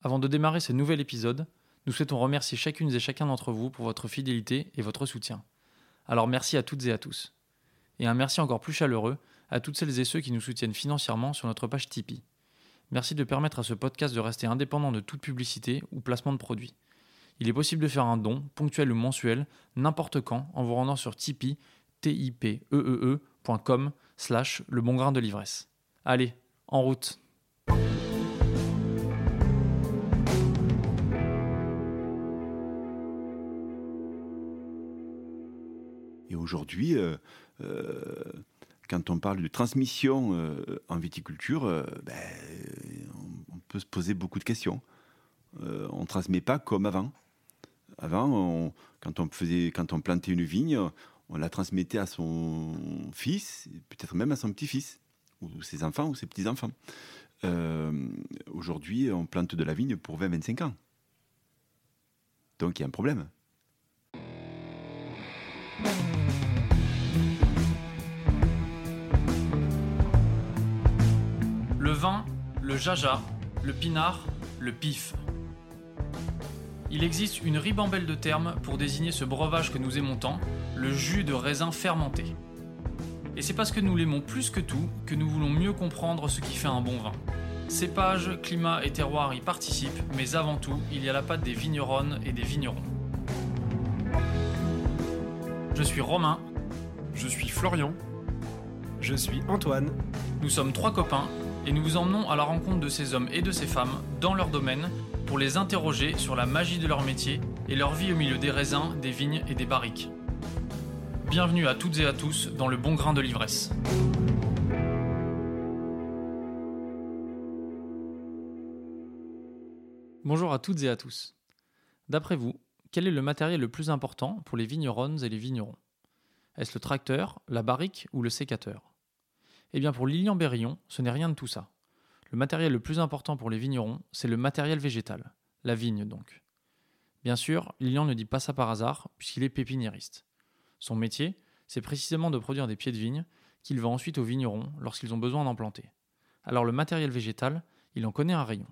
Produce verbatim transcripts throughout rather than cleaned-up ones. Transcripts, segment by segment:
Avant de démarrer ce nouvel épisode, nous souhaitons remercier chacune et chacun d'entre vous pour votre fidélité et votre soutien. Alors merci à toutes et à tous. Et un merci encore plus chaleureux à toutes celles et ceux qui nous soutiennent financièrement sur notre page Tipeee. Merci de permettre à ce podcast de rester indépendant de toute publicité ou placement de produits. Il est possible de faire un don, ponctuel ou mensuel, n'importe quand, en vous rendant sur Tipeee, tipeee.com slash le bon grain de l'ivresse. Allez, en route! Et aujourd'hui, euh, euh, quand on parle de transmission euh, en viticulture, euh, ben, on, on peut se poser beaucoup de questions. Euh, on ne transmet pas comme avant. Avant, on, quand, on faisait, quand on plantait une vigne, on la transmettait à son fils, peut-être même à son petit-fils, ou ses enfants, ou ses petits-enfants. Euh, aujourd'hui, on plante de la vigne pour vingt à vingt-cinq ans. Donc il y a un problème. Le vin, le jaja, le pinard, le pif. Il existe une ribambelle de termes pour désigner ce breuvage que nous aimons tant, le jus de raisin fermenté. Et c'est parce que nous l'aimons plus que tout que nous voulons mieux comprendre ce qui fait un bon vin. Cépage, climat et terroir y participent, mais avant tout, il y a la patte des vigneronnes et des vignerons. Je suis Romain. Je suis Florian. Je suis Antoine. Nous sommes trois copains et nous vous emmenons à la rencontre de ces hommes et de ces femmes dans leur domaine pour les interroger sur la magie de leur métier et leur vie au milieu des raisins, des vignes et des barriques. Bienvenue à toutes et à tous dans le bon grain de l'ivresse. Bonjour à toutes et à tous. D'après vous, quel est le matériel le plus important pour les vigneronnes et les vignerons ? Est-ce le tracteur, la barrique ou le sécateur ? Eh bien pour Lilian Berillon, ce n'est rien de tout ça. Le matériel le plus important pour les vignerons, c'est le matériel végétal, la vigne donc. Bien sûr, Lilian ne dit pas ça par hasard, puisqu'il est pépiniériste. Son métier, c'est précisément de produire des pieds de vigne qu'il vend ensuite aux vignerons lorsqu'ils ont besoin d'en planter. Alors le matériel végétal, il en connaît un rayon.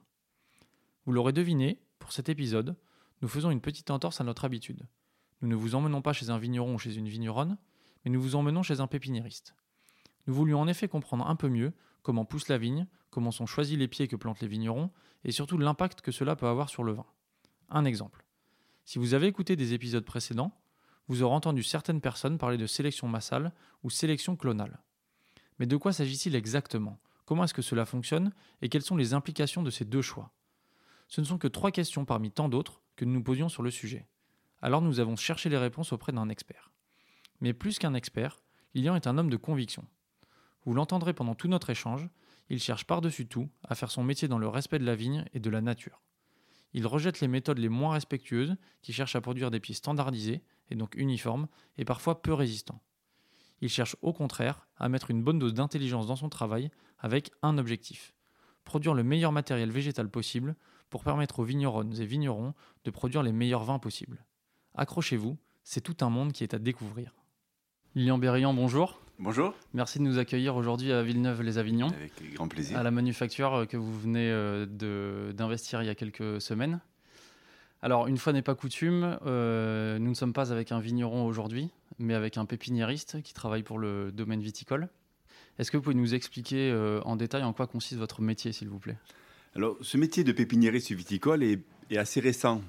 Vous l'aurez deviné, pour cet épisode, nous faisons une petite entorse à notre habitude. Nous ne vous emmenons pas chez un vigneron ou chez une vigneronne, mais nous vous emmenons chez un pépiniériste. Nous voulions en effet comprendre un peu mieux comment pousse la vigne, comment sont choisis les pieds que plantent les vignerons, et surtout l'impact que cela peut avoir sur le vin. Un exemple. Si vous avez écouté des épisodes précédents, vous aurez entendu certaines personnes parler de sélection massale ou sélection clonale. Mais de quoi s'agit-il exactement ? Comment est-ce que cela fonctionne et quelles sont les implications de ces deux choix ? Ce ne sont que trois questions parmi tant d'autres que nous nous posions sur le sujet. Alors nous avons cherché les réponses auprès d'un expert. Mais plus qu'un expert, Lilian est un homme de conviction. Vous l'entendrez pendant tout notre échange, il cherche par-dessus tout à faire son métier dans le respect de la vigne et de la nature. Il rejette les méthodes les moins respectueuses qui cherchent à produire des pieds standardisés, et donc uniformes, et parfois peu résistants. Il cherche au contraire à mettre une bonne dose d'intelligence dans son travail avec un objectif, produire le meilleur matériel végétal possible pour permettre aux vigneronnes et vignerons de produire les meilleurs vins possibles. Accrochez-vous, c'est tout un monde qui est à découvrir. Lilian Berillon, bonjour. Bonjour. Merci de nous accueillir aujourd'hui à Villeneuve-les-Avignon. Avec grand plaisir. À la manufacture que vous venez de, d'investir il y a quelques semaines. Alors, une fois n'est pas coutume, euh, nous ne sommes pas avec un vigneron aujourd'hui, mais avec un pépiniériste qui travaille pour le domaine viticole. Est-ce que vous pouvez nous expliquer euh, en détail en quoi consiste votre métier, s'il vous plaît ? Alors, ce métier de pépiniériste viticole est, est assez récent.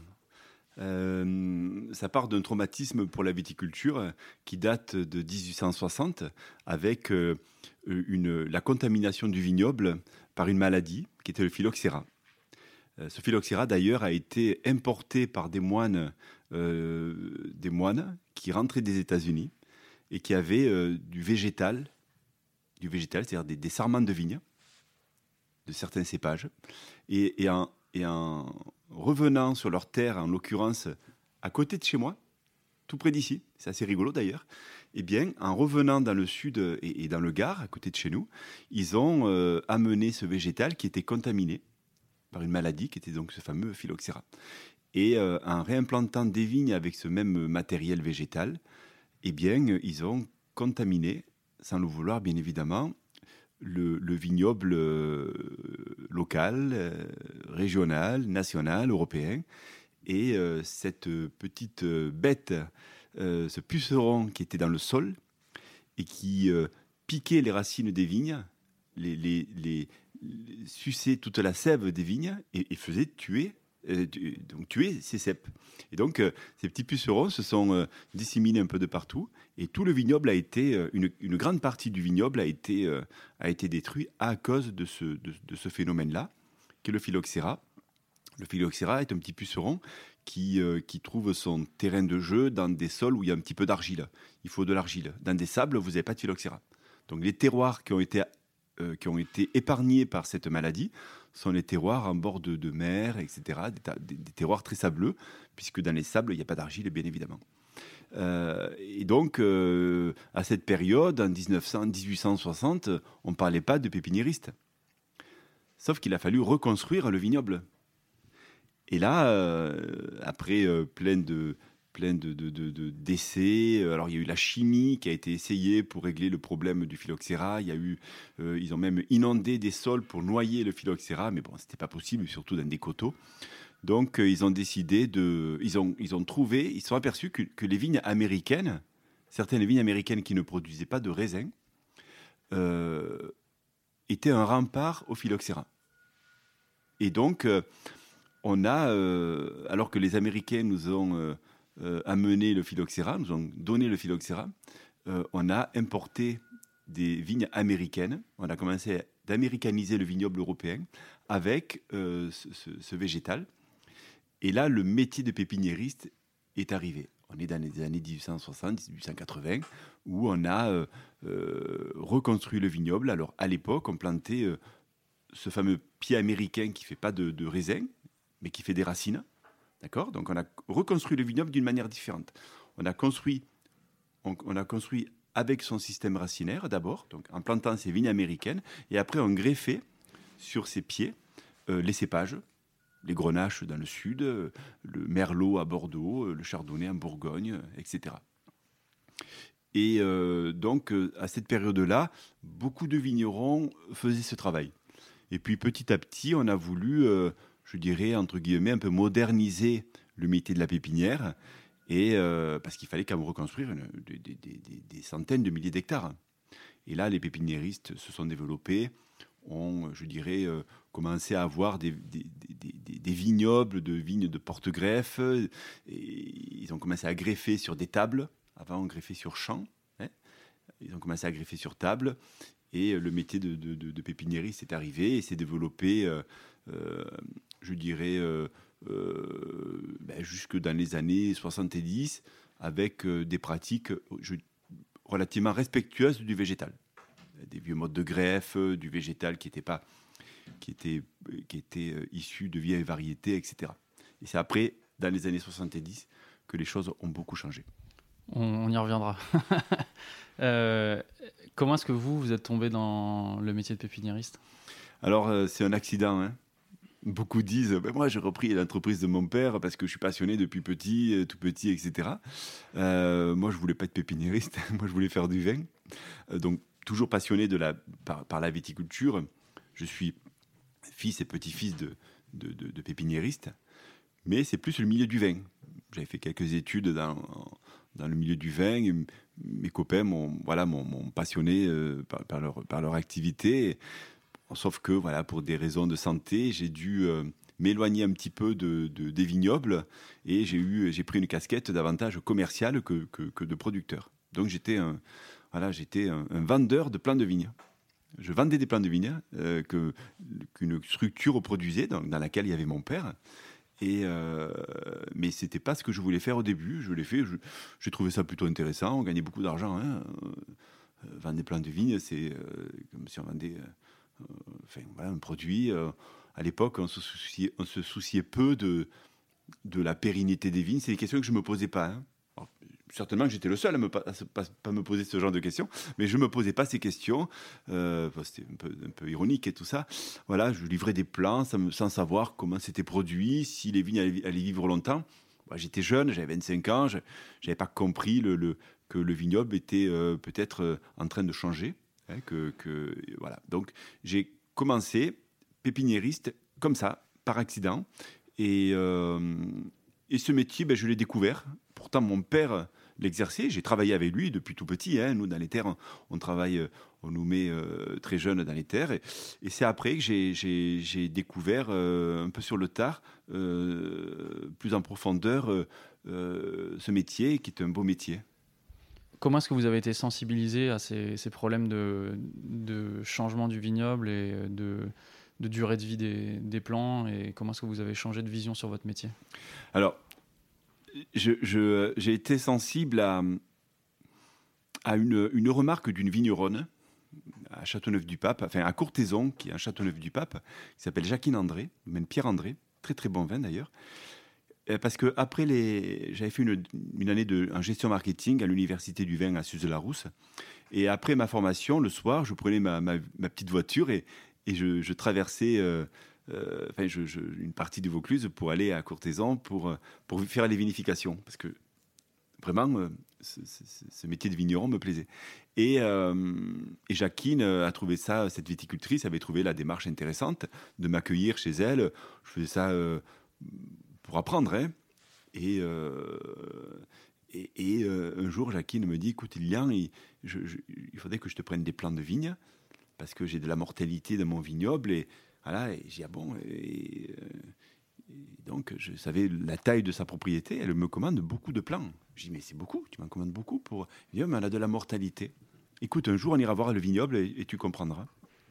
Euh, ça part d'un traumatisme pour la viticulture qui date de dix-huit cent soixante avec euh, une, la contamination du vignoble par une maladie qui était le phylloxéra. Euh, ce phylloxéra d'ailleurs a été importé par des moines, euh, des moines qui rentraient des États-Unis et qui avaient euh, du végétal, du végétal, c'est-à-dire des, des sarments de vigne, de certains cépages, et, et en Et en revenant sur leur terre, en l'occurrence à côté de chez moi, tout près d'ici, c'est assez rigolo d'ailleurs, eh bien, en revenant dans le sud et, et dans le Gard, à côté de chez nous, ils ont euh, amené ce végétal qui était contaminé par une maladie, qui était donc ce fameux phylloxéra. Et euh, en réimplantant des vignes avec ce même matériel végétal, eh bien, ils ont contaminé, sans le vouloir bien évidemment, le, le vignoble euh, local, euh, régional, national, européen. Et euh, cette petite euh, bête, euh, ce puceron qui était dans le sol et qui euh, piquait les racines des vignes, les, les, les, les suçait toute la sève des vignes et, et faisait tuer, euh, donc tuer ces cèpes. Et donc euh, ces petits pucerons se sont euh, disséminés un peu de partout et tout le vignoble a été, euh, une, une grande partie du vignoble a été, euh, a été détruit à cause de ce, de, de ce phénomène-là, qui est le phylloxéra. Le phylloxéra est un petit puceron qui, euh, qui trouve son terrain de jeu dans des sols où il y a un petit peu d'argile. Il faut de l'argile. Dans des sables, vous n'avez pas de phylloxéra. Donc les terroirs qui ont été, euh, qui ont été épargnés par cette maladie sont les terroirs en bord de, de mer, et cetera. Des, des, des terroirs très sableux, puisque dans les sables, il n'y a pas d'argile, bien évidemment. Euh, et donc, euh, à cette période, en dix-neuf cents, dix-huit cent soixante, on ne parlait pas de pépiniéristes. Sauf qu'il a fallu reconstruire le vignoble. Et là, euh, après euh, plein de plein de, de, de, de d'essais, alors il y a eu la chimie qui a été essayée pour régler le problème du phylloxéra. Il y a eu, euh, ils ont même inondé des sols pour noyer le phylloxéra, mais bon, c'était pas possible, surtout dans des coteaux. Donc euh, ils ont décidé de, ils ont ils ont trouvé, ils se sont aperçus que, que les vignes américaines, certaines vignes américaines qui ne produisaient pas de raisin, euh, étaient un rempart au phylloxéra. Et donc euh, on a, euh, alors que les Américains nous ont euh, euh, amené le phylloxéra, nous ont donné le phylloxéra, euh, on a importé des vignes américaines. On a commencé d'américaniser le vignoble européen avec euh, ce, ce, ce végétal. Et là, le métier de pépiniériste est arrivé. On est dans les années dix-huit cent soixante, dix-huit cent quatre-vingts, où on a euh, euh, reconstruit le vignoble. Alors, à l'époque, on plantait euh, ce fameux pied américain qui ne fait pas de, de raisin, mais qui fait des racines. D'accord ? Donc, on a reconstruit le vignoble d'une manière différente. On a construit, on, on a construit avec son système racinaire, d'abord, donc en plantant ces vignes américaines, et après, on greffait sur ces pieds euh, les cépages, les grenaches dans le sud, euh, le merlot à Bordeaux, euh, le chardonnay en Bourgogne, euh, et cetera. Et euh, donc, euh, à cette période-là, beaucoup de vignerons faisaient ce travail. Et puis, petit à petit, on a voulu... Euh, je dirais, entre guillemets, un peu moderniser le métier de la pépinière, et, euh, parce qu'il fallait quand même reconstruire une, des, des, des, des centaines de milliers d'hectares. Et là, les pépiniéristes se sont développés, ont, je dirais, euh, commencé à avoir des, des, des, des, des vignobles de vignes de porte-greffe, et ils ont commencé à greffer sur des tables, avant on greffait sur champ, hein. Ils ont commencé à greffer sur table, et le métier de, de, de, de pépiniériste est arrivé et s'est développé, euh, euh, je dirais, euh, euh, ben, jusque dans les années soixante-dix, avec euh, des pratiques je, relativement respectueuses du végétal. Des vieux modes de greffe, du végétal qui était, pas, qui était, qui était euh, issu de vieilles variétés, et cetera. Et c'est après, dans les années soixante-dix, que les choses ont beaucoup changé. On, on y reviendra. euh, comment est-ce que vous, vous êtes tombé dans le métier de pépiniériste ? Alors, euh, c'est un accident, hein. Beaucoup disent, ben moi j'ai repris l'entreprise de mon père parce que je suis passionné depuis petit, tout petit, et cetera. Euh, moi je voulais pas être pépiniériste, moi je voulais faire du vin. Euh, donc toujours passionné de la, par, par la viticulture. Je suis fils et petit-fils de, de, de, de pépiniéristes, mais c'est plus le milieu du vin. J'avais fait quelques études dans, dans le milieu du vin. Et mes copains m'ont, voilà, m'ont, m'ont passionné euh, par, par, leur, par leur activité. Sauf que, voilà, pour des raisons de santé, j'ai dû euh, m'éloigner un petit peu de, de, des vignobles et j'ai, eu, j'ai pris une casquette davantage commerciale que, que, que de producteur. Donc, j'étais, un, voilà, j'étais un, un vendeur de plants de vigne. Je vendais des plants de vigne euh, que, qu'une structure produisait, dans, dans laquelle il y avait mon père. Et euh, mais ce n'était pas ce que je voulais faire au début. Je l'ai fait, je, j'ai trouvé ça plutôt intéressant. On gagnait beaucoup d'argent. Hein. Euh, vendre des plants de vigne, c'est euh, comme si on vendait... Euh, Enfin, voilà, un produit. Euh, à l'époque, on se souciait, on se souciait peu de, de la pérennité des vignes. C'est des questions que je ne me posais pas. Hein. Alors, certainement que j'étais le seul à ne pas, pas, pas me poser ce genre de questions, mais je ne me posais pas ces questions. Euh, c'était un peu, un peu ironique et tout ça. Voilà, je livrais des plants sans, sans savoir comment c'était produit, si les vignes allaient, allaient vivre longtemps. Bah, j'étais jeune, j'avais vingt-cinq ans, je n'avais pas compris le, le, que le vignoble était euh, peut-être euh, en train de changer. Hein, que, que, voilà. Donc, j'ai commencé pépiniériste comme ça, par accident. Et, euh, et ce métier, ben, je l'ai découvert. Pourtant, mon père l'exerçait. J'ai travaillé avec lui depuis tout petit. Hein. Nous, dans les terres, on travaille, on nous met euh, très jeunes dans les terres. Et, et c'est après que j'ai, j'ai, j'ai découvert, euh, un peu sur le tard, euh, plus en profondeur, euh, euh, ce métier qui est un beau métier. Comment est-ce que vous avez été sensibilisé à ces, ces problèmes de, de changement du vignoble et de, de durée de vie des, des plants, et comment est-ce que vous avez changé de vision sur votre métier? Alors, je, je, j'ai été sensible à, à une, une remarque d'une vigneronne à Châteauneuf-du-Pape, enfin à Courthézon, qui est à Châteauneuf-du-Pape, qui s'appelle Jacqueline André, ou même Pierre André, très très bon vin d'ailleurs. Parce que après les, j'avais fait une, une année de, en gestion marketing à l'université du vin à Suze-la-Rousse, et après ma formation, le soir, je prenais ma, ma, ma petite voiture et, et je, je traversais euh, euh, enfin, je, je, une partie du Vaucluse pour aller à Courthézon pour, pour faire les vinifications, parce que vraiment, euh, ce, ce, ce métier de vigneron me plaisait. Et, euh, et Jacqueline a trouvé ça, cette viticultrice avait trouvé la démarche intéressante de m'accueillir chez elle. Je faisais ça euh, pour apprendre, hein. Et, euh, et, et euh, un jour, Jacqueline me dit, écoute, Lilian, il, je, je, il faudrait que je te prenne des plants de vigne, parce que j'ai de la mortalité dans mon vignoble. Et voilà, et j'ai dit, ah bon, et, et donc je savais la taille de sa propriété. Elle me commande beaucoup de plants. Je dis, mais c'est beaucoup, tu m'en commandes beaucoup pour. Elle dit, oh, mais elle a de la mortalité. Écoute, un jour, on ira voir le vignoble et, et tu comprendras.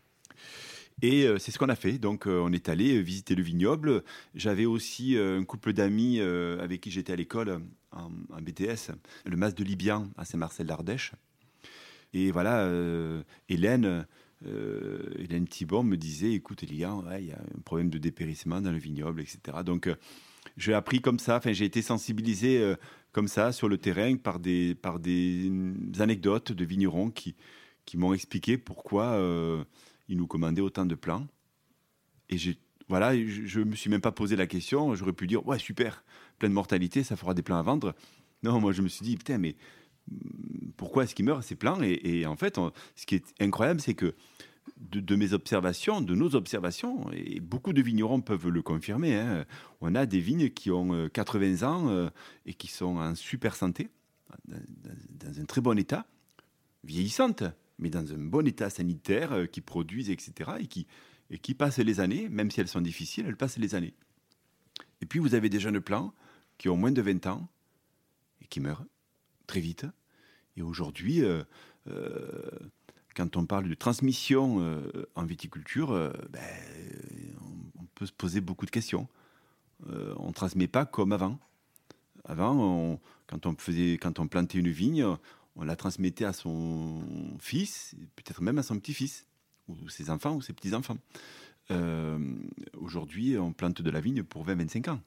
Et euh, c'est ce qu'on a fait. Donc, euh, on est allé visiter le vignoble. J'avais aussi euh, un couple d'amis euh, avec qui j'étais à l'école en, en B T S, le Mas de Libian à Saint-Marcel-d'Ardèche. Et voilà, euh, Hélène, euh, Hélène Thibon me disait, écoute, Lilian, ouais, il y a un problème de dépérissement dans le vignoble, et cetera. Donc, euh, j'ai appris comme ça, enfin, j'ai été sensibilisé euh, comme ça sur le terrain par des, par des anecdotes de vignerons qui, qui m'ont expliqué pourquoi euh, ils nous commandaient autant de plants. Et j'ai, voilà, je ne me suis même pas posé la question. J'aurais pu dire, ouais, super, plein de mortalité, ça fera des plants à vendre. Non, moi, je me suis dit, putain, mais pourquoi est-ce qu'ils meurent, ces plants? et, et en fait, on, ce qui est incroyable, c'est que de, de mes observations, de nos observations, et beaucoup de vignerons peuvent le confirmer, hein, on a des vignes qui ont quatre-vingts ans euh, et qui sont en super santé, dans, dans, dans un très bon état, vieillissantes, mais dans un bon état sanitaire, euh, qui produisent, et cetera, et qui, et qui passent les années, même si elles sont difficiles, elles passent les années. Et puis, vous avez des jeunes plants qui ont moins de vingt ans et qui meurent très vite. Et aujourd'hui, euh, euh, quand on parle de transmission euh, en viticulture, euh, ben, on, on peut se poser beaucoup de questions. Euh, on ne transmet pas comme avant. Avant, on, quand, on faisait, quand on plantait une vigne, on la transmettait à son fils, peut-être même à son petit-fils, ou ses enfants, ou ses petits-enfants. Euh, aujourd'hui, on plante de la vigne pour vingt à vingt-cinq ans.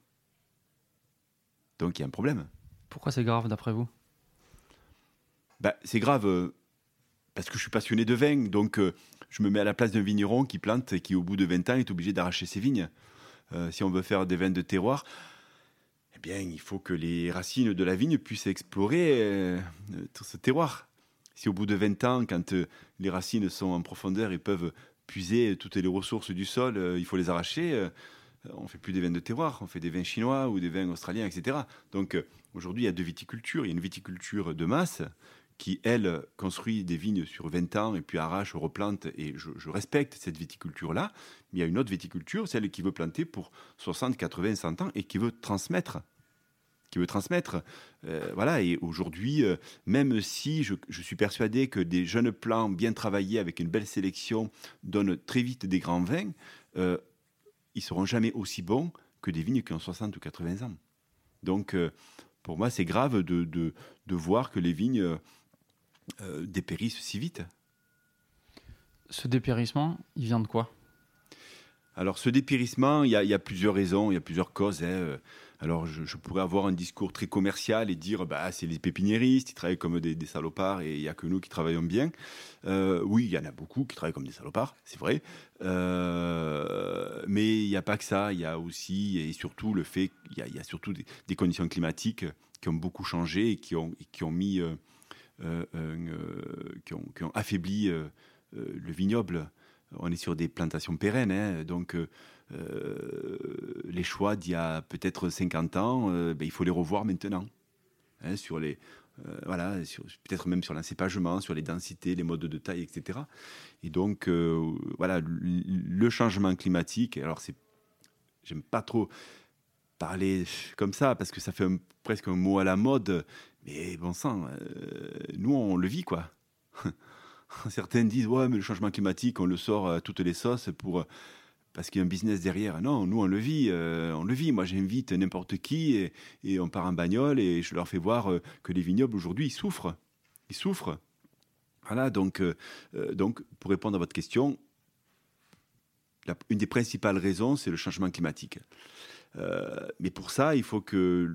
Donc, il y a un problème. Pourquoi c'est grave, d'après vous? Ben, c'est grave euh, parce que je suis passionné de vin, donc euh, je me mets à la place d'un vigneron qui plante et qui, au bout de vingt ans, est obligé d'arracher ses vignes. Euh, si on veut faire des vins de terroir, eh bien, il faut que les racines de la vigne puissent explorer euh, tout ce terroir. Si au bout de vingt ans, quand euh, les racines sont en profondeur et peuvent puiser toutes les ressources du sol, euh, il faut les arracher, euh, on ne fait plus des vins de terroir, on fait des vins chinois ou des vins australiens, et cetera. Donc, euh, aujourd'hui, il y a deux viticultures. Il y a une viticulture de masse qui, elle, construit des vignes sur vingt ans et puis arrache, replante, et je, je respecte cette viticulture-là. Mais il y a une autre viticulture, celle qui veut planter pour soixante, quatre-vingts, cent ans et qui veut transmettre. Qui veut transmettre. Euh, voilà, et aujourd'hui, euh, même si je, je suis persuadé que des jeunes plants bien travaillés avec une belle sélection donnent très vite des grands vins, euh, ils ne seront jamais aussi bons que des vignes qui ont soixante ou quatre-vingts ans. Donc, euh, pour moi, c'est grave de, de, de voir que les vignes euh, euh, dépérissent si vite. Ce dépérissement, il vient de quoi? Alors, ce dépérissement, il y, y a plusieurs raisons, il y a plusieurs causes. Hein. Alors, je, je pourrais avoir un discours très commercial et dire bah, c'est les pépiniéristes, ils travaillent comme des, des salopards et il n'y a que nous qui travaillons bien. Euh, oui, il y en a beaucoup qui travaillent comme des salopards, c'est vrai. Euh, mais il n'y a pas que ça. Il y a aussi et surtout le fait qu'il y a, il y a surtout des, des conditions climatiques qui ont beaucoup changé et qui ont, et qui ont mis, euh, euh, euh, qui, ont, qui ont affaibli euh, euh, le vignoble, on est sur des plantations pérennes, hein, donc euh, les choix d'il y a peut-être cinquante ans, euh, ben, il faut les revoir maintenant. Hein, sur les, euh, voilà, sur, peut-être même sur l'encépagement, sur les densités, les modes de taille, et cetera. Et donc, euh, voilà, le, le changement climatique, alors c'est, j'aime pas trop parler comme ça, parce que ça fait un, presque un mot à la mode, mais bon sang, euh, nous on le vit, quoi. Certains disent, ouais, mais le changement climatique, on le sort à toutes les sauces pour... parce qu'il y a un business derrière. Non, nous, on le vit. Euh, on le vit. Moi, j'invite n'importe qui et, et on part en bagnole et je leur fais voir euh, que les vignobles, aujourd'hui, ils souffrent. Ils souffrent. Voilà, donc, euh, donc pour répondre à votre question, la, une des principales raisons, c'est le changement climatique. Euh, mais pour ça, il faut que...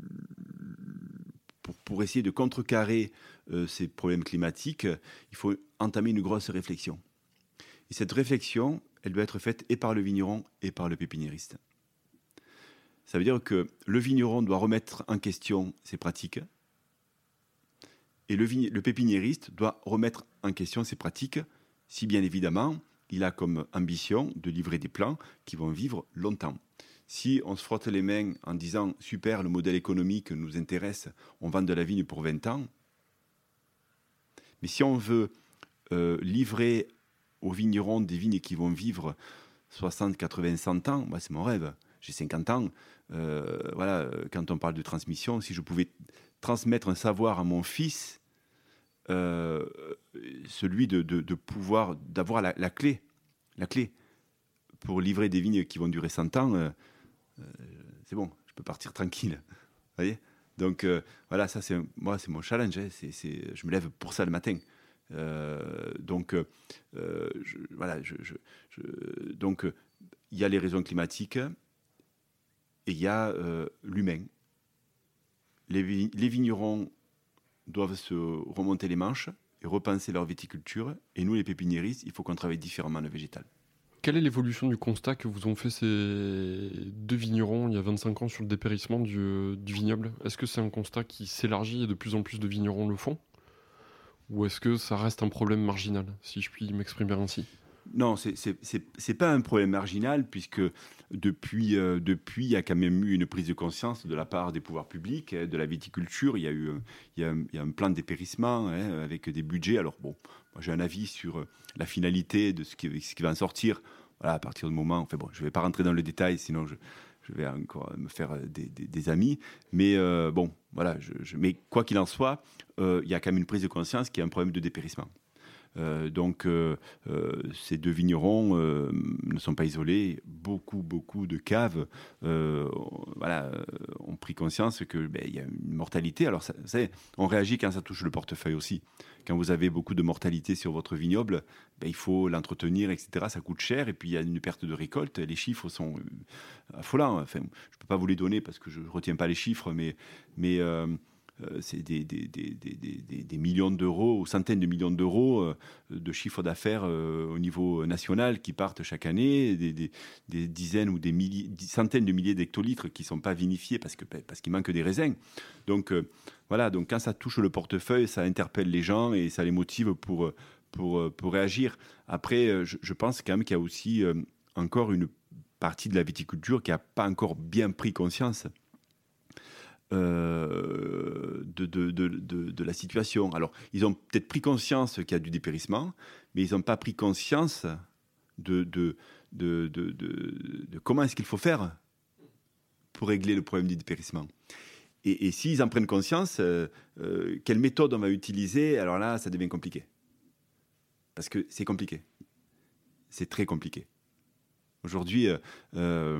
Pour, pour essayer de contrecarrer euh, ces problèmes climatiques, il faut entamer une grosse réflexion. Et cette réflexion, elle doit être faite et par le vigneron et par le pépiniériste. Ça veut dire que le vigneron doit remettre en question ses pratiques et le, vign- le pépiniériste doit remettre en question ses pratiques si bien évidemment il a comme ambition de livrer des plants qui vont vivre longtemps. Si on se frotte les mains en disant « super, le modèle économique nous intéresse, on vend de la vigne pour vingt ans », mais si on veut euh, livrer aux vignerons des vignes qui vont vivre soixante, quatre-vingts, cent ans, moi, c'est mon rêve. J'ai cinquante ans. Euh, voilà, quand on parle de transmission, si je pouvais transmettre un savoir à mon fils, euh, celui de, de, de pouvoir, d'avoir la, la clé, la clé pour livrer des vignes qui vont durer cent ans, euh, euh, c'est bon, je peux partir tranquille. Vous voyez ? Donc, euh, voilà, ça, c'est, moi, c'est mon challenge. Hein, c'est, c'est, je me lève pour ça le matin. Euh, donc, euh, je, voilà, je, je, je, donc, il y a les raisons climatiques et il y a euh, l'humain. Les, les vignerons doivent se remonter les manches et repenser leur viticulture. Et nous, les pépiniéristes, il faut qu'on travaille différemment le végétal. Quelle est l'évolution du constat que vous ont fait ces deux vignerons il y a vingt-cinq ans sur le dépérissement du, du vignoble ? Est-ce que c'est un constat qui s'élargit et de plus en plus de vignerons le font ? Ou est-ce que ça reste un problème marginal, si je puis m'exprimer ainsi ? Non, c'est, c'est, c'est, c'est pas un problème marginal, puisque depuis, euh, depuis, il y a quand même eu une prise de conscience de la part des pouvoirs publics, hein, de la viticulture. Il y a eu il y a, il y a un plan de dépérissement hein, avec des budgets. Alors bon, moi j'ai un avis sur la finalité de ce qui, ce qui va en sortir. Voilà, à partir du moment... Enfin bon, je ne vais pas rentrer dans le détail, sinon je, je vais encore me faire des, des, des amis. Mais euh, bon, voilà. Je, je, mais quoi qu'il en soit, euh, il y a quand même une prise de conscience qu'il y a un problème de dépérissement. Euh, donc, euh, euh, ces deux vignerons euh, ne sont pas isolés. Beaucoup, beaucoup de caves euh, voilà, euh, ont pris conscience qu'il ben, y a une mortalité. Alors, ça, ça, on réagit quand ça touche le portefeuille aussi. Quand vous avez beaucoup de mortalité sur votre vignoble, ben, il faut l'entretenir, et cetera. Ça coûte cher et puis il y a une perte de récolte. Les chiffres sont affolants. Enfin, je ne peux pas vous les donner parce que je ne retiens pas les chiffres, mais... mais euh, Euh, c'est des, des, des, des, des, des millions d'euros ou centaines de millions d'euros euh, de chiffre d'affaires euh, au niveau national qui partent chaque année, des, des, des dizaines ou des, milliers, des centaines de milliers d'hectolitres qui ne sont pas vinifiés parce, que, parce qu'il manque des raisins. Donc, euh, voilà, donc quand ça touche le portefeuille, ça interpelle les gens et ça les motive pour, pour, pour réagir. Après, je, je pense quand même qu'il y a aussi euh, encore une partie de la viticulture qui n'a pas encore bien pris conscience Euh, de, de, de, de, de la situation. Alors, ils ont peut-être pris conscience qu'il y a du dépérissement, mais ils n'ont pas pris conscience de, de, de, de, de, de comment est-ce qu'il faut faire pour régler le problème du dépérissement. Et, et s'ils en prennent conscience, euh, euh, quelle méthode on va utiliser, alors là, ça devient compliqué. Parce que c'est compliqué. C'est très compliqué. Aujourd'hui, euh, euh,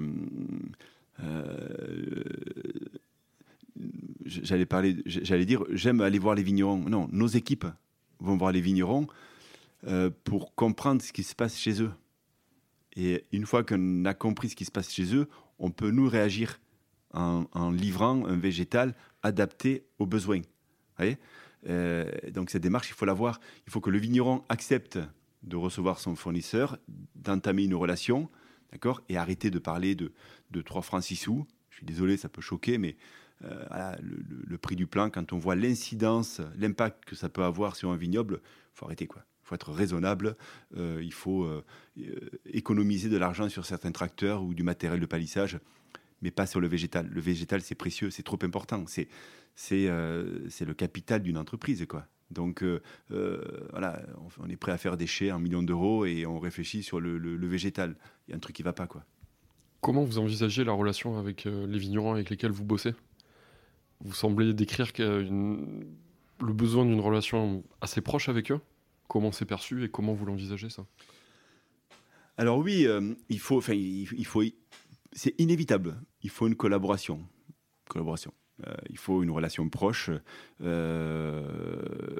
euh, J'allais, parler, j'allais dire, j'aime aller voir les vignerons. Non, nos équipes vont voir les vignerons euh, pour comprendre ce qui se passe chez eux. Et une fois qu'on a compris ce qui se passe chez eux, on peut nous réagir en, en livrant un végétal adapté aux besoins. Vous voyez euh, donc cette démarche, il faut la voir. Il faut que le vigneron accepte de recevoir son fournisseur, d'entamer une relation, d'accord, et arrêter de parler de, de trois francs six sous. Je suis désolé, ça peut choquer, mais Euh, voilà, le, le, le prix du plant, quand on voit l'incidence, l'impact que ça peut avoir sur un vignoble, il faut arrêter, quoi. Faut faut être raisonnable, euh, il faut euh, économiser de l'argent sur certains tracteurs ou du matériel de palissage, mais pas sur le végétal. Le végétal, c'est précieux, c'est trop important. C'est, c'est, euh, c'est le capital d'une entreprise, quoi. Donc, euh, euh, voilà, on, on est prêt à faire des chais en millions d'euros et on réfléchit sur le, le, le végétal. Il y a un truc qui ne va pas, quoi. Comment vous envisagez la relation avec euh, les vignerons avec lesquels vous bossez ? Vous semblez décrire une... le besoin d'une relation assez proche avec eux. Comment c'est perçu et comment vous l'envisagez, ça ? Alors oui, euh, il faut, enfin, il, il faut, c'est inévitable. Il faut une collaboration, collaboration. Euh, il faut une relation proche. Euh,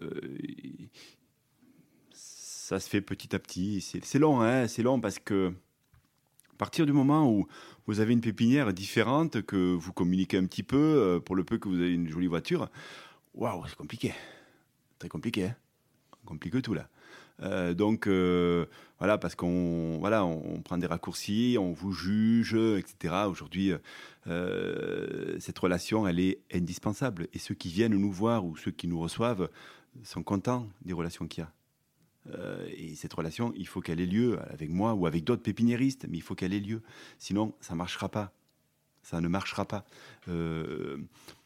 ça se fait petit à petit. C'est, c'est long, hein, c'est long parce que à partir du moment où vous avez une pépinière différente, que vous communiquez un petit peu, euh, pour le peu que vous avez une jolie voiture, waouh, c'est compliqué, très compliqué, hein, on complique tout là. Euh, donc euh, voilà, parce qu'on voilà, on, on prend des raccourcis, on vous juge, et cetera. Aujourd'hui, euh, cette relation, elle est indispensable. Et ceux qui viennent nous voir ou ceux qui nous reçoivent sont contents des relations qu'il y a. Euh, et cette relation, il faut qu'elle ait lieu avec moi ou avec d'autres pépiniéristes, mais il faut qu'elle ait lieu. Sinon, ça ne marchera pas. Ça ne marchera pas. Euh,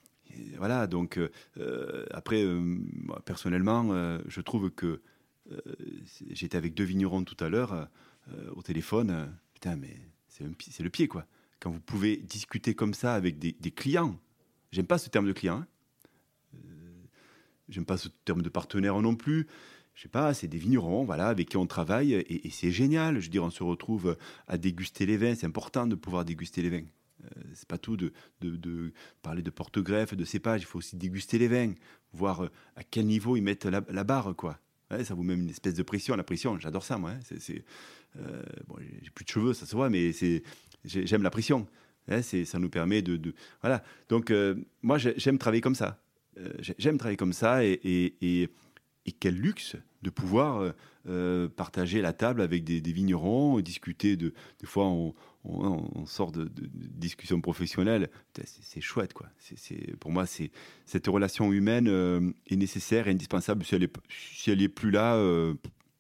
voilà, donc euh, après, euh, moi, personnellement, euh, je trouve que Euh, j'étais avec deux vignerons tout à l'heure euh, au téléphone. Euh, putain, mais c'est, un, c'est le pied, quoi. Quand vous pouvez discuter comme ça avec des, des clients, j'aime pas ce terme de client, hein. euh, j'aime pas ce terme de partenaire non plus. Je sais pas, c'est des vignerons, voilà, avec qui on travaille et, et c'est génial. Je veux dire, on se retrouve à déguster les vins. C'est important de pouvoir déguster les vins. Euh, c'est pas tout de, de, de parler de porte-greffe, de cépage. Il faut aussi déguster les vins, voir euh, à quel niveau ils mettent la, la barre, quoi. Ouais, ça vous met une espèce de pression. La pression, j'adore ça, moi. Hein. C'est, c'est, euh, bon, j'ai plus de cheveux, ça se voit, mais c'est, j'aime la pression. Hein, c'est, ça nous permet de... de voilà. Donc, euh, moi, j'aime travailler comme ça. Euh, j'aime travailler comme ça et, et, et, et quel luxe de pouvoir euh, partager la table avec des, des vignerons, discuter de... Des fois, on, on, on sort de, de, de discussions professionnelles. C'est, c'est chouette, quoi. C'est, c'est, pour moi, c'est, cette relation humaine euh, est nécessaire et indispensable. Si elle est, si elle est plus là, euh,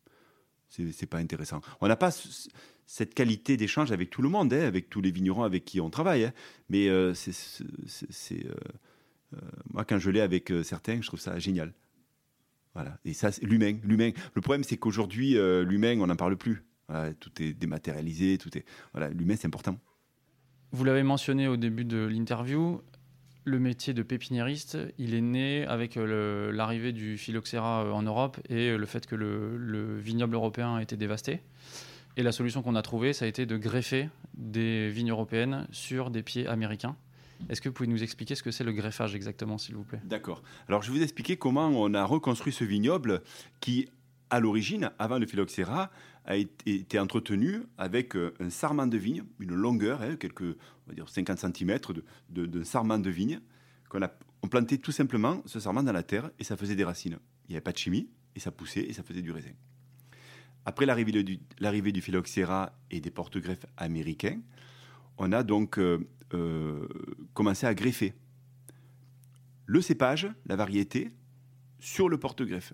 c'est, c'est pas intéressant. On n'a pas c- cette qualité d'échange avec tout le monde, hein, avec tous les vignerons avec qui on travaille. Hein. Mais euh, c'est, c'est, c'est, c'est euh, euh, moi, quand je l'ai avec euh, certains, je trouve ça génial. Voilà. Et ça, c'est l'humain, l'humain. Le problème, c'est qu'aujourd'hui, euh, l'humain, on n'en parle plus. Voilà, tout est dématérialisé, tout est... Voilà, l'humain, c'est important. Vous l'avez mentionné au début de l'interview, le métier de pépiniériste, il est né avec le, l'arrivée du phylloxéra en Europe et le fait que le, le vignoble européen a été dévasté. Et la solution qu'on a trouvée, ça a été de greffer des vignes européennes sur des pieds américains. Est-ce que vous pouvez nous expliquer ce que c'est le greffage exactement, s'il vous plaît ? D'accord. Alors, je vais vous expliquer comment on a reconstruit ce vignoble qui, à l'origine, avant le phylloxéra, a été entretenu avec un sarment de vigne, une longueur, hein, quelques, on va dire cinquante centimètres de, de, de sarment de vigne, qu'on a, on plantait tout simplement ce sarment dans la terre et ça faisait des racines. Il n'y avait pas de chimie et ça poussait et ça faisait du raisin. Après l'arrivée du, l'arrivée du phylloxéra et des porte-greffes américains, on a donc euh, euh, commencé à greffer le cépage, la variété, sur le porte-greffe.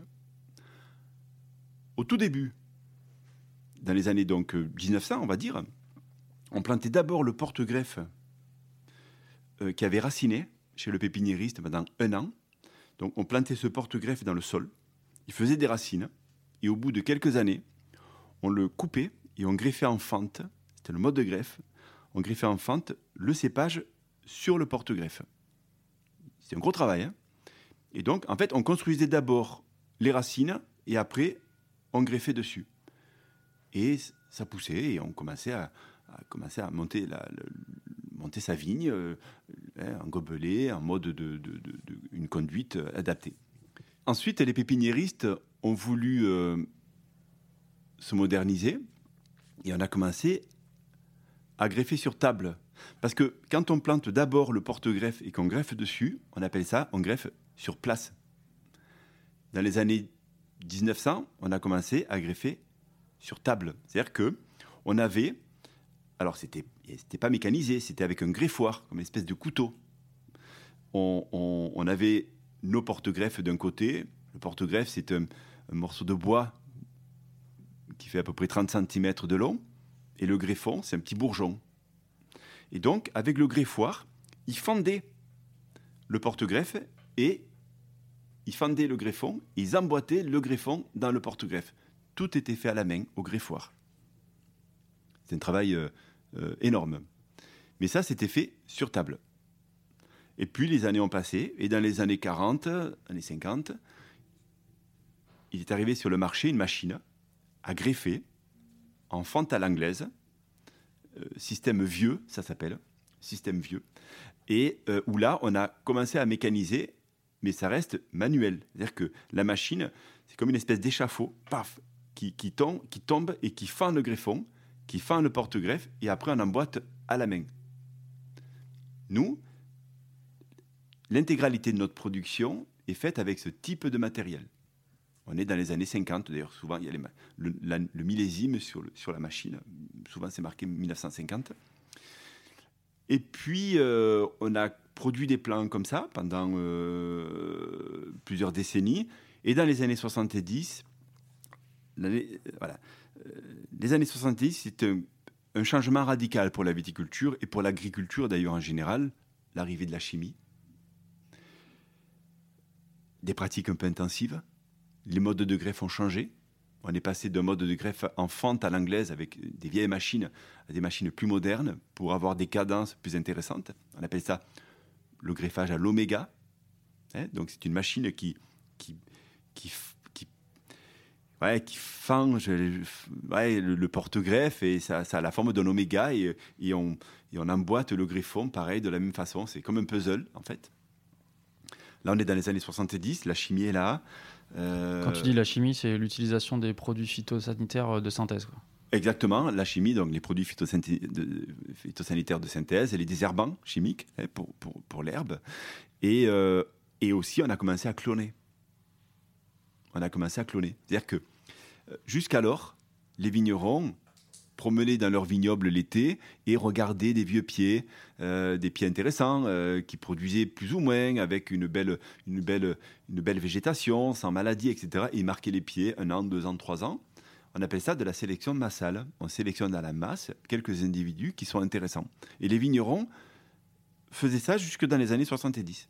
Au tout début, dans les années donc dix-neuf cents, on va dire, on plantait d'abord le porte-greffe euh, qui avait raciné chez le pépiniériste pendant un an. Donc on plantait ce porte-greffe dans le sol, il faisait des racines, et au bout de quelques années, on le coupait et on greffait en fente, c'était le mode de greffe, on greffait en fente le cépage sur le porte-greffe. C'était un gros travail, hein. Et donc, en fait, on construisait d'abord les racines, et après, on greffait dessus. Et ça poussait et on commençait à, à, commençait à monter, la, le, monter sa vigne euh, en gobelet, en mode de, de, de, de une conduite adaptée. Ensuite, les pépiniéristes ont voulu euh, se moderniser et on a commencé à greffer sur table. Parce que quand on plante d'abord le porte-greffe et qu'on greffe dessus, on appelle ça, on greffe sur place. Dans les années dix-neuf cents, on a commencé à greffer sur table. C'est-à-dire qu'on avait, alors c'était, c'était pas mécanisé, c'était avec un greffoir, comme une espèce de couteau. On, on, on avait nos porte-greffes d'un côté. Le porte-greffe, c'est un, un morceau de bois qui fait à peu près trente centimètres de long, et le greffon, c'est un petit bourgeon. Et donc, avec le greffoir, ils fendaient le porte-greffe et ils fendaient le greffon, ils emboîtaient le greffon dans le porte-greffe. Tout était fait à la main, au greffoir. C'est un travail euh, euh, énorme. Mais ça, c'était fait sur table. Et puis, les années ont passé, et dans les années quarante, années cinquante, il est arrivé sur le marché une machine à greffer en fente à l'anglaise, euh, système vieux, ça s'appelle, système vieux, et euh, où là, on a commencé à mécaniser, mais ça reste manuel. C'est-à-dire que la machine, c'est comme une espèce d'échafaud, paf, qui, qui, tombe, qui tombe et qui fend le greffon, qui fend le porte-greffe, et après on emboîte à la main. Nous, l'intégralité de notre production est faite avec ce type de matériel. On est dans les années cinquante, d'ailleurs souvent il y a les, le, la, le millésime sur, le, sur la machine, souvent c'est marqué mille neuf cent cinquante. Et puis euh, on a produit des plans comme ça pendant euh, plusieurs décennies, et dans les années soixante-dix, voilà, euh, les années soixante-dix, c'est un, un changement radical pour la viticulture et pour l'agriculture d'ailleurs en général, l'arrivée de la chimie, des pratiques un peu intensives, les modes de greffe ont changé. On est passé d'un mode de greffe en fente à l'anglaise avec des vieilles machines à des machines plus modernes pour avoir des cadences plus intéressantes. On appelle ça le greffage à l'oméga. Hein, donc c'est une machine qui, qui, qui, qui, ouais, qui fend je, ouais, le, le porte-greffe et ça, ça a la forme d'un oméga et, et, on, et on emboîte le greffon pareil de la même façon. C'est comme un puzzle en fait. Là on est dans les années soixante-dix, la chimie est là. Euh... Quand tu dis la chimie, c'est l'utilisation des produits phytosanitaires de synthèse, quoi. Exactement, la chimie, donc les produits phytosanitaires de, phytosanitaires de synthèse, et les désherbants chimiques hein, pour, pour, pour l'herbe. Et, euh, et aussi, on a commencé à cloner. On a commencé à cloner. C'est-à-dire que jusqu'alors, les vignerons promenaient dans leur vignoble l'été et regardaient des vieux pieds, euh, des pieds intéressants, euh, qui produisaient plus ou moins, avec une belle, une, belle, une belle végétation, sans maladie, et cetera. Et ils marquaient les pieds un an, deux ans, trois ans. On appelle ça de la sélection massale. On sélectionne à la masse quelques individus qui sont intéressants. Et les vignerons faisaient ça jusque dans les années soixante-dix.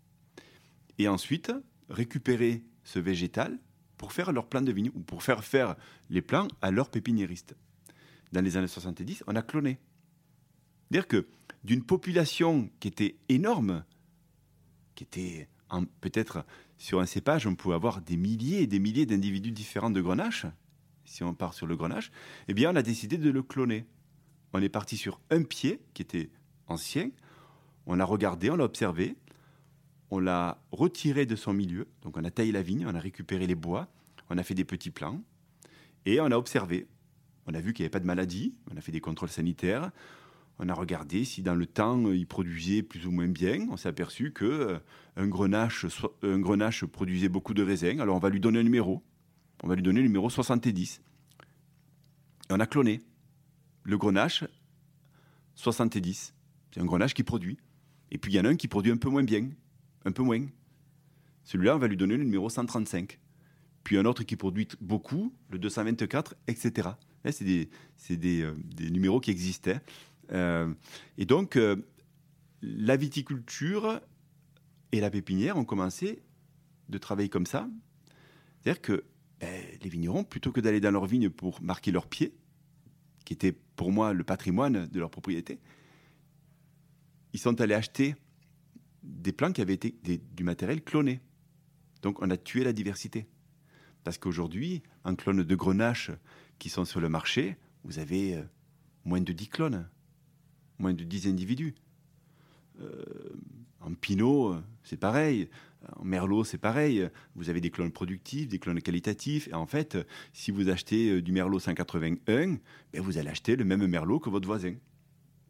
Et ensuite, récupérer ce végétal pour faire leur plan de vigne, ou pour faire faire les plans à leurs pépiniéristes. Dans les années soixante-dix, on a cloné. C'est-à-dire que d'une population qui était énorme, qui était en, peut-être sur un cépage, on pouvait avoir des milliers et des milliers d'individus différents de grenache, si on part sur le grenache, eh bien on a décidé de le cloner. On est parti sur un pied qui était ancien, on l'a regardé, on l'a observé, on l'a retiré de son milieu, donc on a taillé la vigne, on a récupéré les bois, on a fait des petits plans, et on a observé. On a vu qu'il n'y avait pas de maladie, on a fait des contrôles sanitaires, on a regardé si dans le temps il produisait plus ou moins bien. On s'est aperçu qu'un grenache, un grenache produisait beaucoup de raisins, alors on va lui donner un numéro. On va lui donner le numéro soixante-dix. Et on a cloné le grenache soixante-dix. C'est un grenache qui produit. Et puis il y en a un qui produit un peu moins bien, un peu moins. Celui-là, on va lui donner le numéro cent trente-cinq. Puis un autre qui produit beaucoup, le deux cent vingt-quatre, et cetera. Là, c'est des, c'est des, euh, des numéros qui existaient. Euh, et donc, euh, la viticulture et la pépinière ont commencé de travailler comme ça. C'est-à-dire que ben, les vignerons, plutôt que d'aller dans leur vigne pour marquer leurs pieds, qui était pour moi le patrimoine de leur propriété, ils sont allés acheter des plants qui avaient été des, du matériel cloné. Donc, on a tué la diversité. Parce qu'aujourd'hui, un clone de grenache qui sont sur le marché, vous avez euh, moins de dix clones, moins de dix individus. Euh, en Pinot, c'est pareil. En Merlot, c'est pareil. Vous avez des clones productifs, des clones qualitatifs. Et en fait, si vous achetez du Merlot cent quatre-vingt-un, ben vous allez acheter le même Merlot que votre voisin. Vous voyez ?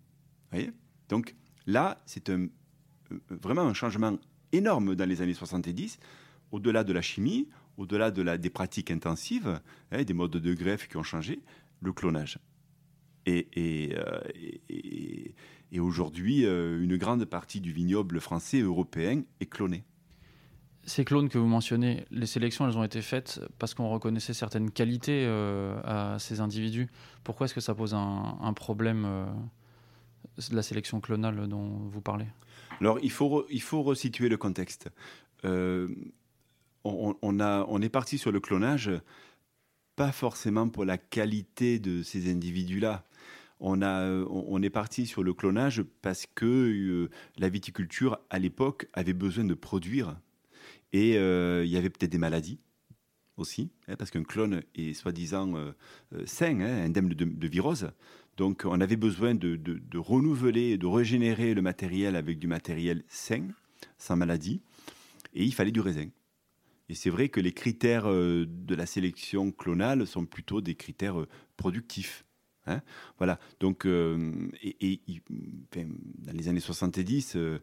Donc là, c'est un, vraiment un changement énorme dans les années soixante-dix, au-delà de la chimie, au-delà de la, des pratiques intensives, hein, des modes de greffe qui ont changé, le clonage. Et, et, euh, et, et aujourd'hui, euh, une grande partie du vignoble français et européen est cloné. Ces clones que vous mentionnez, les sélections, elles ont été faites parce qu'on reconnaissait certaines qualités euh, à ces individus. Pourquoi est-ce que ça pose un, un problème, euh, la sélection clonale dont vous parlez? Alors, il faut, re, il faut resituer le contexte. Euh, on, on, a, on est parti sur le clonage, pas forcément pour la qualité de ces individus-là. On, a, on est parti sur le clonage parce que euh, la viticulture, à l'époque, avait besoin de produire. Et euh, il y avait peut-être des maladies aussi, hein, parce qu'un clone est soi-disant euh, sain, hein, indemne de, de virose. Donc on avait besoin de, de, de renouveler, de régénérer le matériel avec du matériel sain, sans maladie. Et il fallait du raisin. Et c'est vrai que les critères euh, de la sélection clonale sont plutôt des critères euh, productifs. Hein, voilà. Donc, euh, et, et enfin, dans les années soixante-dix, euh,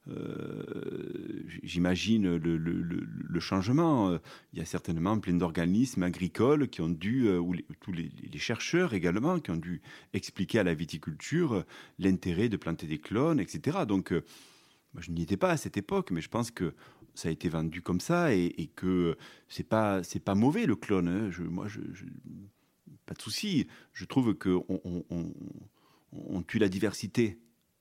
euh, j'imagine le, le, le, le changement. Il y a certainement plein d'organismes agricoles qui ont dû, euh, ou les, tous les, les chercheurs également, qui ont dû expliquer à la viticulture l'intérêt de planter des clones, et cetera. Donc, euh, moi, je n'y étais pas à cette époque, mais je pense que ça a été vendu comme ça et, et que c'est pas, c'est pas mauvais le clone. Hein. Je, moi, je, je pas de souci. Je trouve qu'on on, on, on tue la diversité.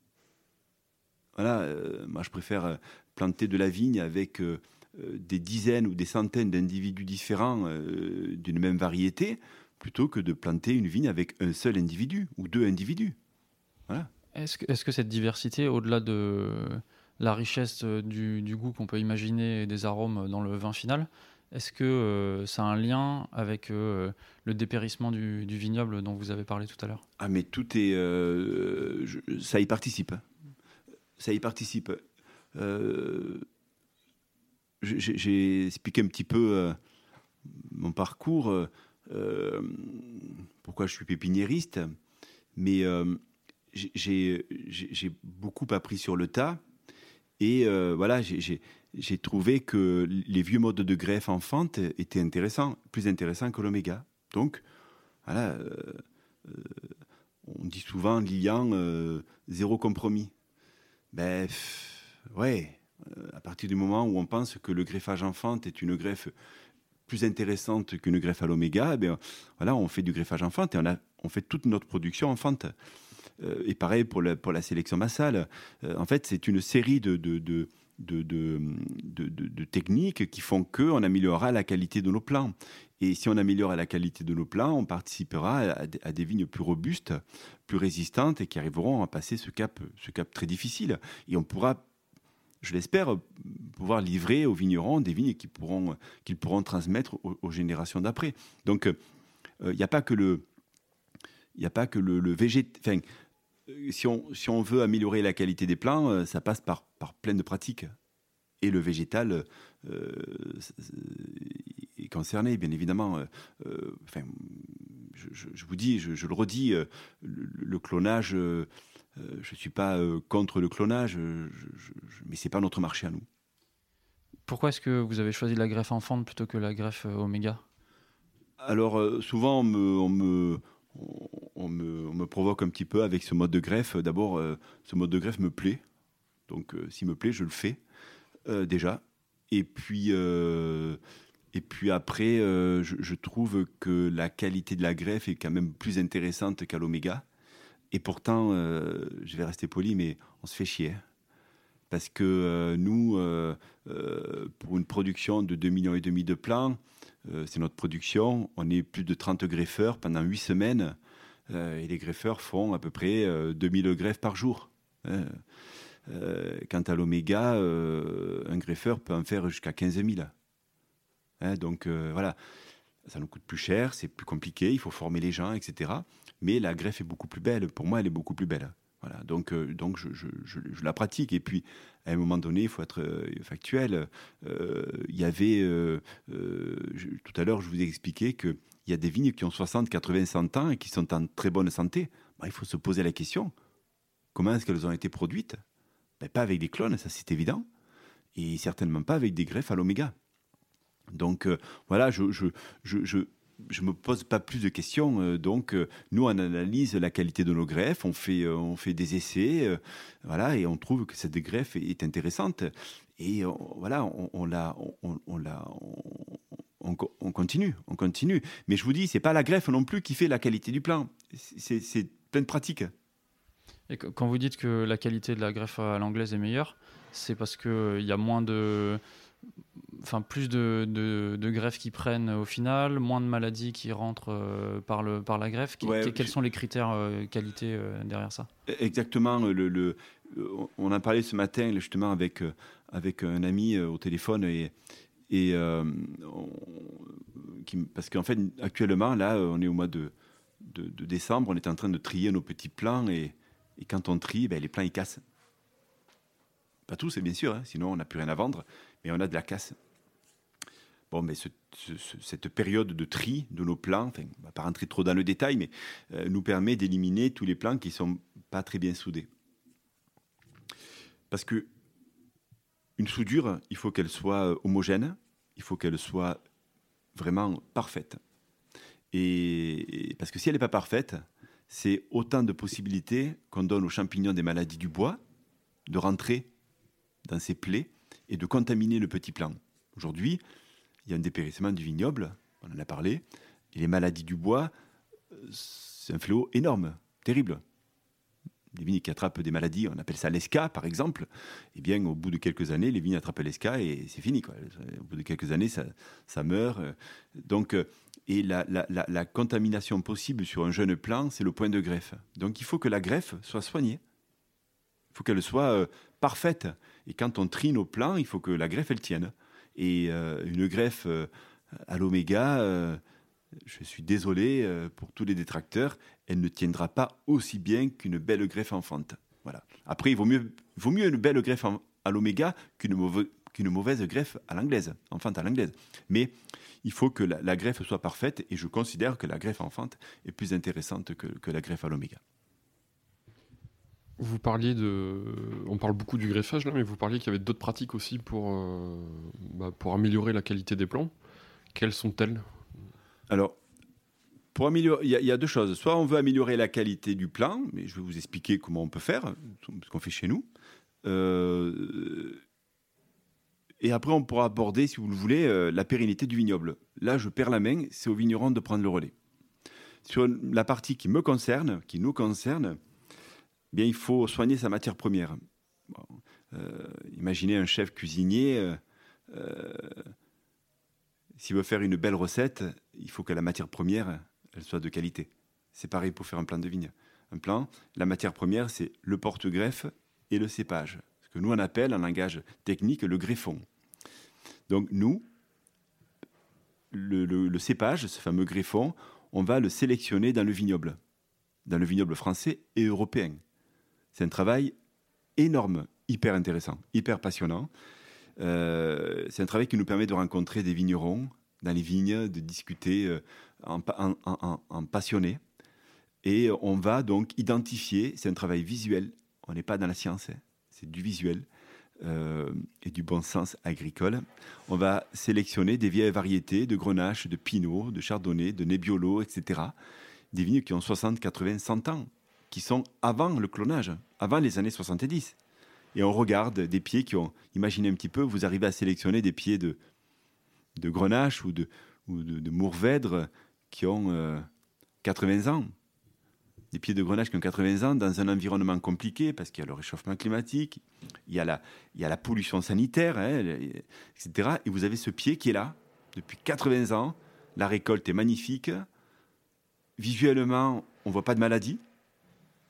Voilà, euh, moi je préfère planter de la vigne avec euh, des dizaines ou des centaines d'individus différents euh, d'une même variété, plutôt que de planter une vigne avec un seul individu ou deux individus. Voilà. Est-ce que, est-ce que cette diversité, au-delà de la richesse du, du goût qu'on peut imaginer et des arômes dans le vin final, est-ce que euh, ça a un lien avec euh, le dépérissement du, du vignoble dont vous avez parlé tout à l'heure? Ah mais tout est... Euh, je, ça y participe. Ça y participe. Euh, j'ai, j'ai expliqué un petit peu euh, mon parcours, euh, pourquoi je suis pépiniériste, mais euh, j'ai, j'ai, j'ai beaucoup appris sur le tas. Et euh, voilà, j'ai, j'ai, j'ai trouvé que les vieux modes de greffe en fente étaient intéressants, plus intéressants que l'oméga. Donc, voilà, euh, euh, on dit souvent Lilian, euh, zéro compromis. Ben, pff, ouais, euh, à partir du moment où on pense que le greffage en fente est une greffe plus intéressante qu'une greffe à l'oméga, ben, voilà, on fait du greffage en fente et on, a, on fait toute notre production en fente. Et pareil pour la, pour la sélection massale. Euh, en fait, c'est une série de, de, de, de, de, de, de, de techniques qui font qu'on améliorera la qualité de nos plants. Et si on améliore la qualité de nos plants, on participera à, à des vignes plus robustes, plus résistantes et qui arriveront à passer ce cap, ce cap très difficile. Et on pourra, je l'espère, pouvoir livrer aux vignerons des vignes qu'ils pourront, qu'ils pourront transmettre aux, aux générations d'après. Donc, il euh, n'y a pas que le... Il n'y a pas que le, le végétal... Enfin, si on, si on veut améliorer la qualité des plants, ça passe par, par plein de pratiques. Et le végétal euh, est concerné, bien évidemment. Euh, enfin, je, je, je vous dis, je, je le redis, le, le clonage, euh, je ne suis pas contre le clonage, je, je, mais ce n'est pas notre marché à nous. Pourquoi est-ce que vous avez choisi la greffe en fente plutôt que la greffe oméga? Alors, souvent, on me... On me On me, on me provoque un petit peu avec ce mode de greffe. D'abord, euh, ce mode de greffe me plaît. Donc, euh, s'il me plaît, je le fais euh, déjà. Et puis, euh, et puis après, euh, je, je trouve que la qualité de la greffe est quand même plus intéressante qu'à l'oméga. Et pourtant, euh, je vais rester poli, mais on se fait chier. Hein. Parce que euh, nous, euh, euh, pour une production de deux virgule cinq millions de plants, euh, c'est notre production, on est plus de trente greffeurs pendant huit semaines. Euh, et les greffeurs font à peu près euh, deux mille greffes par jour. Euh, euh, quant à l'oméga, euh, un greffeur peut en faire jusqu'à quinze mille. Hein, donc euh, voilà, ça nous coûte plus cher, c'est plus compliqué, il faut former les gens, et cetera. Mais la greffe est beaucoup plus belle. Pour moi, elle est beaucoup plus belle. Voilà, donc, euh, donc je, je, je, je la pratique. Et puis, à un moment donné, il faut être euh, factuel. Euh, il y avait, euh, euh, je, tout à l'heure, je vous ai expliqué qu'il y a des vignes qui ont soixante, quatre-vingts, cent ans et qui sont en très bonne santé. Ben, il faut se poser la question. Comment est-ce qu'elles ont été produites? Ben, pas avec des clones, ça c'est évident. Et certainement pas avec des greffes à l'oméga. Donc, euh, voilà, je, je, je, je, je ne me pose pas plus de questions. Euh, donc, euh, nous, on analyse la qualité de nos greffes, on fait, euh, on fait des essais, euh, voilà, et on trouve que cette greffe est, est intéressante. Et on, voilà, on, on la, on, on la, on, on, on continue, on continue. Mais je vous dis, c'est pas la greffe non plus qui fait la qualité du plan. C'est, c'est plein de pratiques. Et quand vous dites que la qualité de la greffe à l'anglaise est meilleure, c'est parce qu'il euh, y a moins de... Enfin, plus de, de, de greffes qui prennent au final, moins de maladies qui rentrent euh, par, le, par la greffe. Qu- Ouais, quels je... sont les critères euh, qualité euh, derrière ça? Exactement. Le, le, on a parlé ce matin justement avec, avec un ami au téléphone et, et euh, on, qui, parce qu'en fait actuellement là on est au mois de, de, de décembre, on est en train de trier nos petits plans et, et quand on trie, ben, les plans ils cassent. Pas tous, bien sûr, hein, sinon on n'a plus rien à vendre, mais on a de la casse. Bon, mais ce, ce, cette période de tri de nos plans, enfin, on ne va pas rentrer trop dans le détail, mais euh, nous permet d'éliminer tous les plans qui ne sont pas très bien soudés. Parce que une soudure, il faut qu'elle soit homogène, il faut qu'elle soit vraiment parfaite. Et, et parce que si elle n'est pas parfaite, c'est autant de possibilités qu'on donne aux champignons des maladies du bois de rentrer dans ces plaies et de contaminer le petit plant. Aujourd'hui, il y a un dépérissement du vignoble, on en a parlé, et les maladies du bois, c'est un fléau énorme, terrible. Les vignes qui attrapent des maladies, on appelle ça l'E S C A par exemple, eh bien au bout de quelques années, les vignes attrapent l'E S C A et c'est fini, quoi. Au bout de quelques années, ça, ça meurt. Donc, et la, la, la, la contamination possible sur un jeune plant, c'est le point de greffe. Donc il faut que la greffe soit soignée. Il faut qu'elle soit euh, parfaite. Et quand on trie nos plants, il faut que la greffe, elle tienne. Et euh, une greffe euh, à l'oméga, euh, je suis désolé euh, pour tous les détracteurs, elle ne tiendra pas aussi bien qu'une belle greffe en fente. Voilà. Après, il vaut mieux, il vaut mieux une belle greffe en, à l'oméga qu'une, mauvaise, qu'une mauvaise greffe à l'anglaise, en fente à l'anglaise. Mais il faut que la, la greffe soit parfaite et je considère que la greffe en fente est plus intéressante que, que la greffe à l'oméga. Vous parliez de... On parle beaucoup du greffage là, mais vous parliez qu'il y avait d'autres pratiques aussi pour, euh, bah, pour améliorer la qualité des plants. Quelles sont-elles ? Alors, pour améliorer, il y, y a deux choses. Soit on veut améliorer la qualité du plant, mais je vais vous expliquer comment on peut faire, ce qu'on fait chez nous. Euh, et après, on pourra aborder, si vous le voulez, euh, la pérennité du vignoble. Là, je perds la main, c'est au vigneron de prendre le relais. Sur la partie qui me concerne, qui nous concerne, bien, il faut soigner sa matière première. Bon, euh, imaginez un chef cuisinier, euh, euh, s'il veut faire une belle recette, il faut que la matière première, elle soit de qualité. C'est pareil pour faire un plan de vigne. Un plan, la matière première, c'est le porte-greffe et le cépage. Ce que nous, on appelle, en langage technique, le greffon. Donc, nous, le, le, le cépage, ce fameux greffon, on va le sélectionner dans le vignoble, dans le vignoble français et européen. C'est un travail énorme, hyper intéressant, hyper passionnant. Euh, c'est un travail qui nous permet de rencontrer des vignerons dans les vignes, de discuter euh, en, en, en, en passionné. Et on va donc identifier, c'est un travail visuel, on n'est pas dans la science, hein, c'est du visuel euh, et du bon sens agricole. On va sélectionner des vieilles variétés de grenache, de pinot, de chardonnay, de nebbiolo, et cetera. Des vignes qui ont soixante, quatre-vingts, cent ans, qui sont avant le clonage, avant les années soixante-dix. Et on regarde des pieds qui ont... Imaginez un petit peu, vous arrivez à sélectionner des pieds de, de grenache ou de, ou de, de mourvèdre qui ont euh, quatre-vingts ans. Des pieds de grenache qui ont quatre-vingts ans dans un environnement compliqué parce qu'il y a le réchauffement climatique, il y a la, il y a la pollution sanitaire, hein, et cetera. Et vous avez ce pied qui est là depuis quatre-vingts ans. La récolte est magnifique. Visuellement, on ne voit pas de maladie. D'accord ?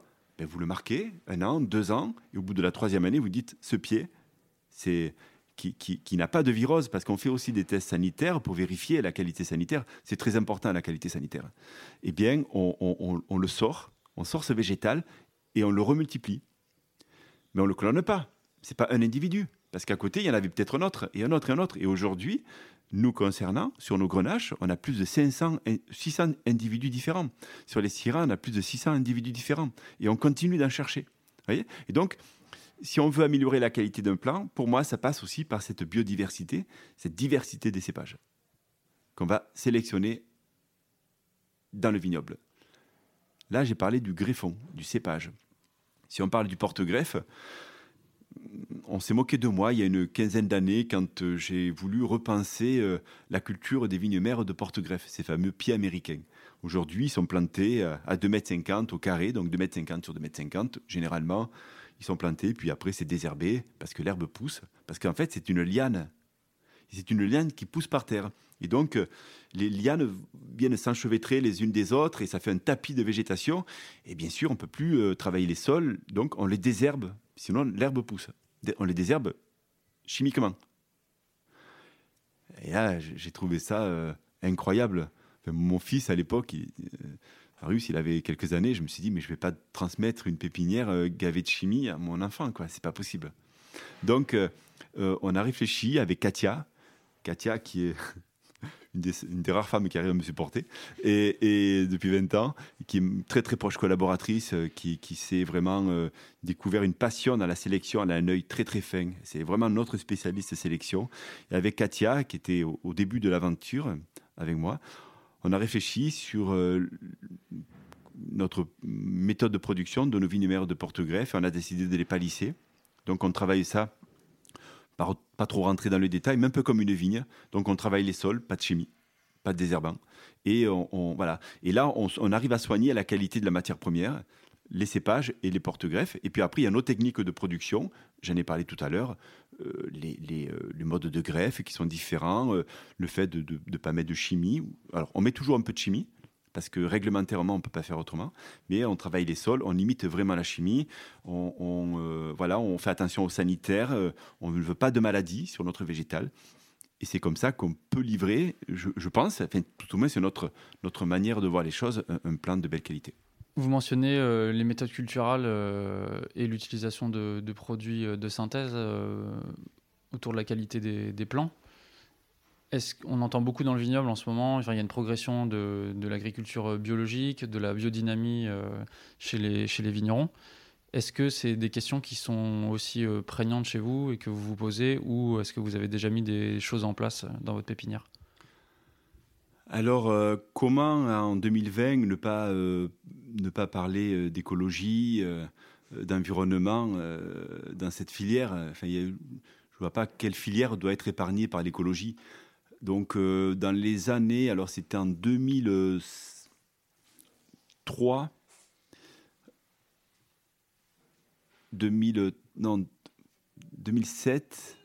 Ben vous le marquez, un an, deux ans, et au bout de la troisième année, vous dites, ce pied, c'est, qui, qui, qui n'a pas de virose, parce qu'on fait aussi des tests sanitaires pour vérifier la qualité sanitaire. C'est très important, la qualité sanitaire. Eh bien, on, on, on le sort, on sort ce végétal, et on le remultiplie. Mais on ne le clone pas. Ce n'est pas un individu, parce qu'à côté, il y en avait peut-être un autre, et un autre, et un autre. Et aujourd'hui, nous concernant, sur nos grenaches, on a plus de cinq cents, six cents individus différents. Sur les syrahs, on a plus de six cents individus différents. Et on continue d'en chercher. Vous voyez ? Et donc, si on veut améliorer la qualité d'un plant, pour moi, ça passe aussi par cette biodiversité, cette diversité des cépages. qu'on va sélectionner dans le vignoble. Là, j'ai parlé du greffon, du cépage. Si on parle du porte-greffe, on s'est moqué de moi il y a une quinzaine d'années quand euh, j'ai voulu repenser euh, la culture des vignes mères de porte-greffe, ces fameux pieds américains. Aujourd'hui, ils sont plantés euh, à deux mètres cinquante au carré, donc deux mètres cinquante sur deux mètres cinquante. Généralement, ils sont plantés, puis après, c'est désherbé parce que l'herbe pousse. Parce qu'en fait, c'est une liane. C'est une liane qui pousse par terre. Et donc, euh, les lianes viennent s'enchevêtrer les unes des autres et ça fait un tapis de végétation. Et bien sûr, on ne peut plus euh, travailler les sols, donc on les désherbe. Sinon, l'herbe pousse. On les désherbe chimiquement. Et là, j'ai trouvé ça euh, incroyable. Enfin, mon fils, à l'époque, il, euh, Marius, il avait quelques années, je me suis dit, mais je ne vais pas transmettre une pépinière euh, gavée de chimie à mon enfant, quoi. C'est pas possible. Donc, euh, euh, on a réfléchi avec Katia, Katia qui est une des, une des rares femmes qui arrive à me supporter, et, et depuis vingt ans, qui est une très très proche collaboratrice, qui, qui s'est vraiment euh, découvert une passion dans la sélection, elle a un œil très très fin, c'est vraiment notre spécialiste sélection. Et avec Katia, qui était au, au début de l'aventure avec moi, on a réfléchi sur euh, notre méthode de production de nos vignes mères de porte-greffe, et on a décidé de les palisser. Donc on travaille ça, par, pas trop rentrer dans le détail, mais un peu comme une vigne. Donc on travaille les sols, pas de chimie, pas de désherbant. Et, on, on, voilà. et là, on, on arrive à soigner la qualité de la matière première, les cépages et les porte-greffes. Et puis après, il y a nos techniques de production, j'en ai parlé tout à l'heure, euh, les, les, euh, les modes de greffe qui sont différents, euh, le fait de ne pas mettre de chimie. Alors on met toujours un peu de chimie, parce que réglementairement, on ne peut pas faire autrement. Mais on travaille les sols, on limite vraiment la chimie, on, on, euh, voilà, on fait attention aux sanitaires, euh, on ne veut pas de maladies sur notre végétal. Et c'est comme ça qu'on peut livrer, je, je pense, enfin, tout au moins c'est notre, notre manière de voir les choses, un, un plan de belle qualité. Vous mentionnez euh, les méthodes culturales euh, et l'utilisation de, de produits de synthèse euh, autour de la qualité des, des plants. Est-ce qu'on entend beaucoup dans le vignoble en ce moment, enfin, il y a une progression de, de l'agriculture biologique, de la biodynamie euh, chez, les, chez les vignerons. Est-ce que c'est des questions qui sont aussi euh, prégnantes chez vous et que vous vous posez, ou est-ce que vous avez déjà mis des choses en place dans votre pépinière ? Alors, euh, comment en deux mille vingt ne pas, euh, ne pas parler d'écologie, euh, d'environnement euh, dans cette filière ? Enfin, il y a, je ne vois pas quelle filière doit être épargnée par l'écologie. Donc, euh, dans les années, alors c'était en deux mille trois, deux mille, non, deux mille sept,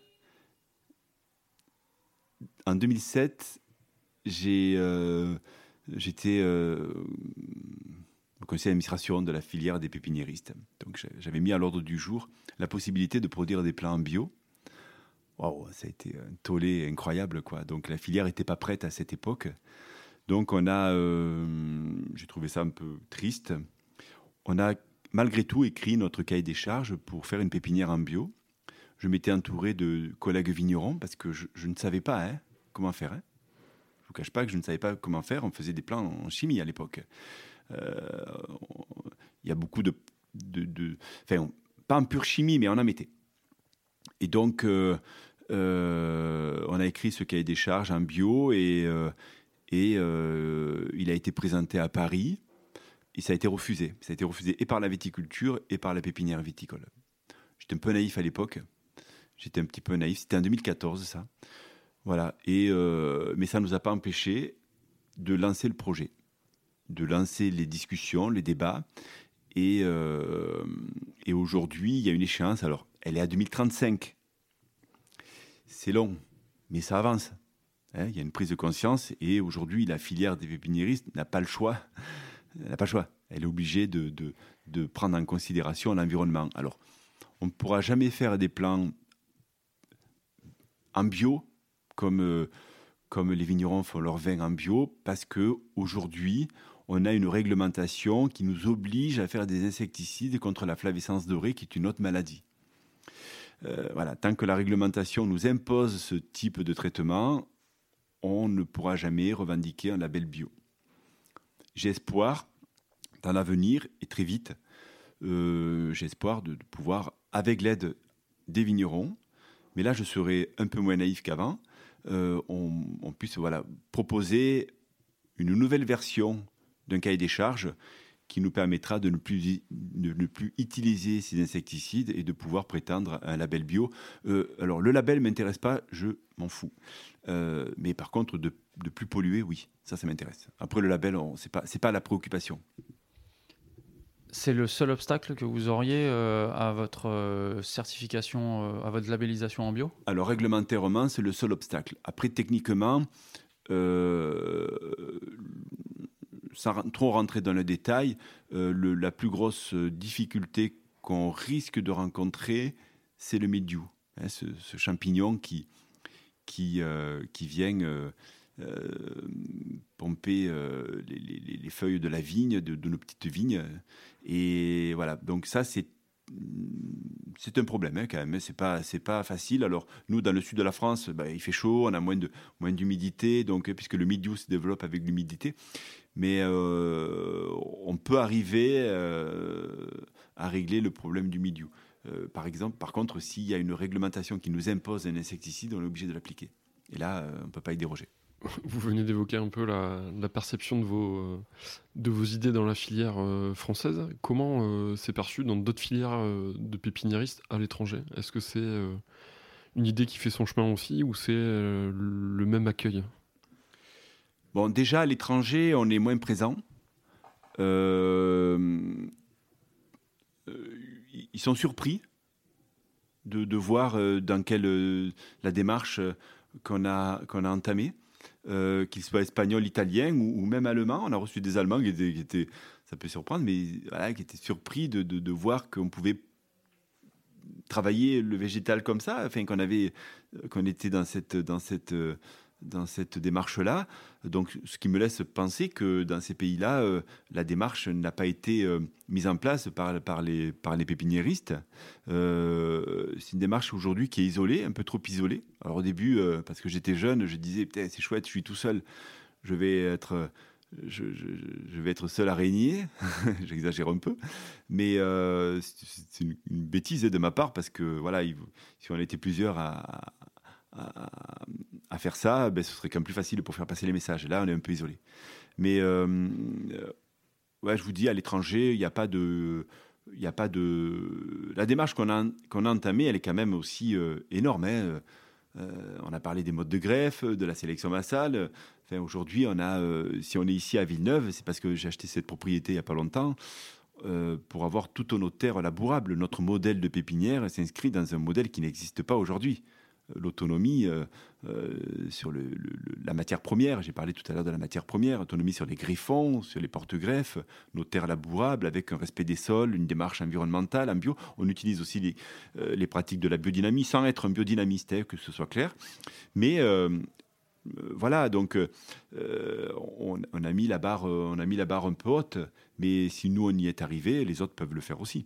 en deux mille sept, j'ai, euh, j'étais euh, au conseil d'administration de la filière des pépiniéristes. Donc, j'avais mis à l'ordre du jour la possibilité de produire des plants en bio. Wow, ça a été un tollé incroyable, quoi. Donc la filière n'était pas prête à cette époque. Donc on a, euh, j'ai trouvé ça un peu triste. On a malgré tout écrit notre cahier des charges pour faire une pépinière en bio. Je m'étais entouré de collègues vignerons parce que je, je ne savais pas hein, comment faire. Hein. Je ne vous cache pas que je ne savais pas comment faire. On faisait des plans en chimie à l'époque. Euh, il y a beaucoup de, de, de, enfin, pas en pure chimie, mais on en mettait. Et donc, euh, euh, on a écrit ce cahier des charges en bio et, euh, et euh, il a été présenté à Paris et ça a été refusé. Ça a été refusé et par la viticulture et par la pépinière viticole. J'étais un peu naïf à l'époque. J'étais un petit peu naïf. C'était en deux mille quatorze, ça. Voilà. Et, euh, mais ça ne nous a pas empêché de lancer le projet, de lancer les discussions, les débats. Et, euh, et aujourd'hui, il y a une échéance. Alors, elle est à deux mille trente-cinq. C'est long, mais ça avance. Hein, il y a une prise de conscience. Et aujourd'hui, la filière des pépiniéristes n'a pas le choix. Elle n'a pas le choix. Elle est obligée de, de, de prendre en considération l'environnement. Alors, on ne pourra jamais faire des plans en bio comme, euh, comme les vignerons font leur vin en bio parce qu'aujourd'hui, on a une réglementation qui nous oblige à faire des insecticides contre la flavescence dorée, qui est une autre maladie. Euh, voilà, tant que la réglementation nous impose ce type de traitement, on ne pourra jamais revendiquer un label bio. J'ai espoir, dans l'avenir, et très vite, euh, j'ai espoir de, de pouvoir, avec l'aide des vignerons, mais là je serai un peu moins naïf qu'avant, euh, on, on puisse voilà, proposer une nouvelle version d'un cahier des charges qui nous permettra de ne plus, de ne plus utiliser ces insecticides et de pouvoir prétendre à un label bio. Euh, alors, le label ne m'intéresse pas, je m'en fous. Euh, mais par contre, de ne plus polluer, oui, ça, ça m'intéresse. Après, le label, ce n'est pas, c'est pas la préoccupation. C'est le seul obstacle que vous auriez euh, à votre euh, certification, euh, à votre labellisation en bio ? Alors, réglementairement, c'est le seul obstacle. Après, techniquement, euh, sans trop rentrer dans le détail, euh, le, la plus grosse difficulté qu'on risque de rencontrer, c'est le mildiou, hein, ce, ce champignon qui, qui, euh, qui vient euh, euh, pomper euh, les, les, les feuilles de la vigne, de, de nos petites vignes. Et voilà, donc ça, c'est c'est un problème hein, quand même, c'est pas, c'est pas facile. Alors nous, dans le sud de la France, bah, il fait chaud, on a moins, de, moins d'humidité, donc, puisque le mildiou se développe avec l'humidité. Mais euh, on peut arriver euh, à régler le problème du mildiou. Euh, par exemple, par contre, s'il y a une réglementation qui nous impose un insecticide, on est obligé de l'appliquer. Et là, euh, on ne peut pas y déroger. Vous venez d'évoquer un peu la, la perception de vos, euh, de vos idées dans la filière euh, française. Comment euh, c'est perçu dans d'autres filières euh, de pépiniéristes à l'étranger ? Est-ce que c'est euh, une idée qui fait son chemin aussi ou c'est euh, le même accueil ? Bon, déjà, à l'étranger, on est moins présent. Euh, euh, ils sont surpris de, de voir euh, dans quelle euh, la démarche qu'on a, qu'on a entamée. Euh, qu'ils soient espagnols, italiens ou, ou même allemands. On a reçu des Allemands qui étaient, qui étaient ça peut surprendre, mais voilà, qui étaient surpris de, de, de voir qu'on pouvait travailler le végétal comme ça, enfin qu'on avait, qu'on était dans cette, dans cette, dans cette démarche-là. Donc, ce qui me laisse penser que dans ces pays-là, euh, la démarche n'a pas été euh, mise en place par, par, les, par les pépiniéristes. Euh, c'est une démarche aujourd'hui qui est isolée, un peu trop isolée. Alors au début, euh, parce que j'étais jeune, je disais, putain, c'est chouette, je suis tout seul, je vais être, je, je, je vais être seul à régner. J'exagère un peu, mais euh, c'est une, une bêtise de ma part parce que voilà, il, si on était plusieurs à À, à faire ça, ben, ce serait quand même plus facile pour faire passer les messages. Là, on est un peu isolé. Mais euh, euh, ouais, je vous dis, à l'étranger, il n'y a pas de, il n'y a pas de. La démarche qu'on a qu'on a entamée, elle est quand même aussi euh, énorme. Hein. Euh, on a parlé des modes de greffe, de la sélection massale. Enfin, aujourd'hui, on a, euh, si on est ici à Villeneuve, c'est parce que j'ai acheté cette propriété il n'y a pas longtemps. Euh, pour avoir toutes nos terres labourables, notre modèle de pépinière s'inscrit dans un modèle qui n'existe pas aujourd'hui. L'autonomie euh, euh, sur le, le, la matière première, j'ai parlé tout à l'heure de la matière première, autonomie sur les griffons, sur les porte-greffes, nos terres labourables avec un respect des sols, une démarche environnementale en bio. On utilise aussi les, euh, les pratiques de la biodynamie sans être un biodynamiste, hein, que ce soit clair. Mais euh, voilà, donc euh, on, on, a mis la barre, on a mis la barre un peu haute, mais si nous on y est arrivé, les autres peuvent le faire aussi.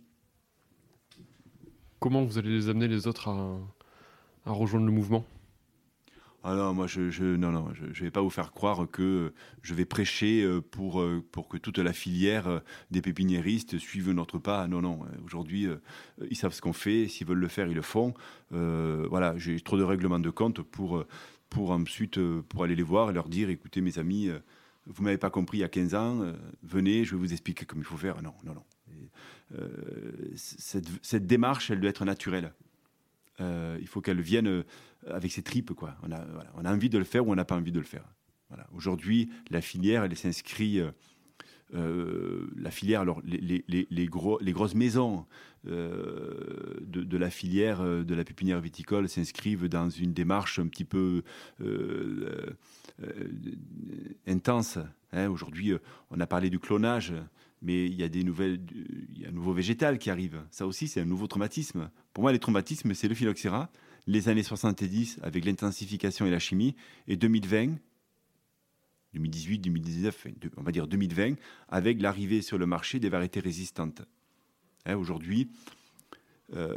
Comment vous allez les amener les autres à... à rejoindre le mouvement ? Ah non, moi je, je non non, je, je vais pas vous faire croire que je vais prêcher pour pour que toute la filière des pépiniéristes suive notre pas. Non non, aujourd'hui ils savent ce qu'on fait, s'ils veulent le faire, ils le font. Euh, voilà, j'ai trop de règlements de compte pour pour ensuite pour aller les voir et leur dire écoutez mes amis, vous m'avez pas compris il y a quinze ans, venez, je vais vous expliquer comment il faut faire. Non non non. Euh, cette cette démarche, elle doit être naturelle. Euh, il faut qu'elle vienne avec ses tripes, quoi. On a, voilà, on a envie de le faire ou on n'a pas envie de le faire. Voilà. Aujourd'hui, la filière, elle s'inscrit. Euh, euh, la filière, alors les, les, les, gros, les grosses maisons euh, de, de la filière de la pépinière viticole s'inscrivent dans une démarche un petit peu euh, euh, intense. Hein. Aujourd'hui, on a parlé du clonage. Mais il y a des nouvelles, il y a un nouveau végétal qui arrive. Ça aussi, c'est un nouveau traumatisme. Pour moi, les traumatismes, c'est le phylloxéra, les années soixante-dix avec l'intensification et la chimie, et deux mille vingt, deux mille dix-huit, deux mille dix-neuf, on va dire deux mille vingt, avec l'arrivée sur le marché des variétés résistantes. Hein, aujourd'hui, euh,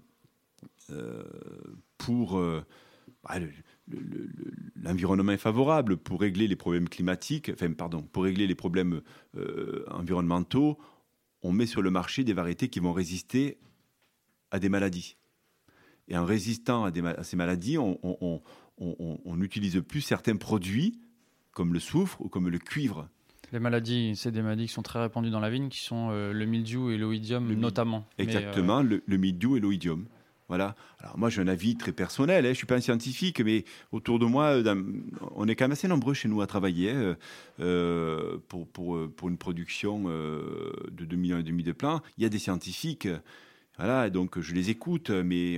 euh, pour euh, bah, le, le, le, l'environnement est favorable pour régler les problèmes climatiques, enfin pardon, pour régler les problèmes euh, environnementaux, on met sur le marché des variétés qui vont résister à des maladies. Et en résistant à, des, à ces maladies, on, on, on n'utilise plus certains produits comme le soufre ou comme le cuivre. Les maladies, c'est des maladies qui sont très répandues dans la vigne, qui sont euh, le mildiou et l'oïdium le notamment. Exactement, mais, euh... le, le mildiou et l'oïdium. Voilà. Alors moi, j'ai un avis très personnel. Hein. Je ne suis pas un scientifique, mais autour de moi, dans, on est quand même assez nombreux chez nous à travailler hein, euh, pour, pour, pour une production euh, de deux millions et demi de plants. Il y a des scientifiques, voilà, donc je les écoute, mais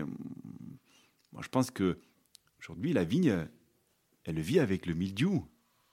moi, je pense que aujourd'hui, la vigne, elle vit avec le mildiou.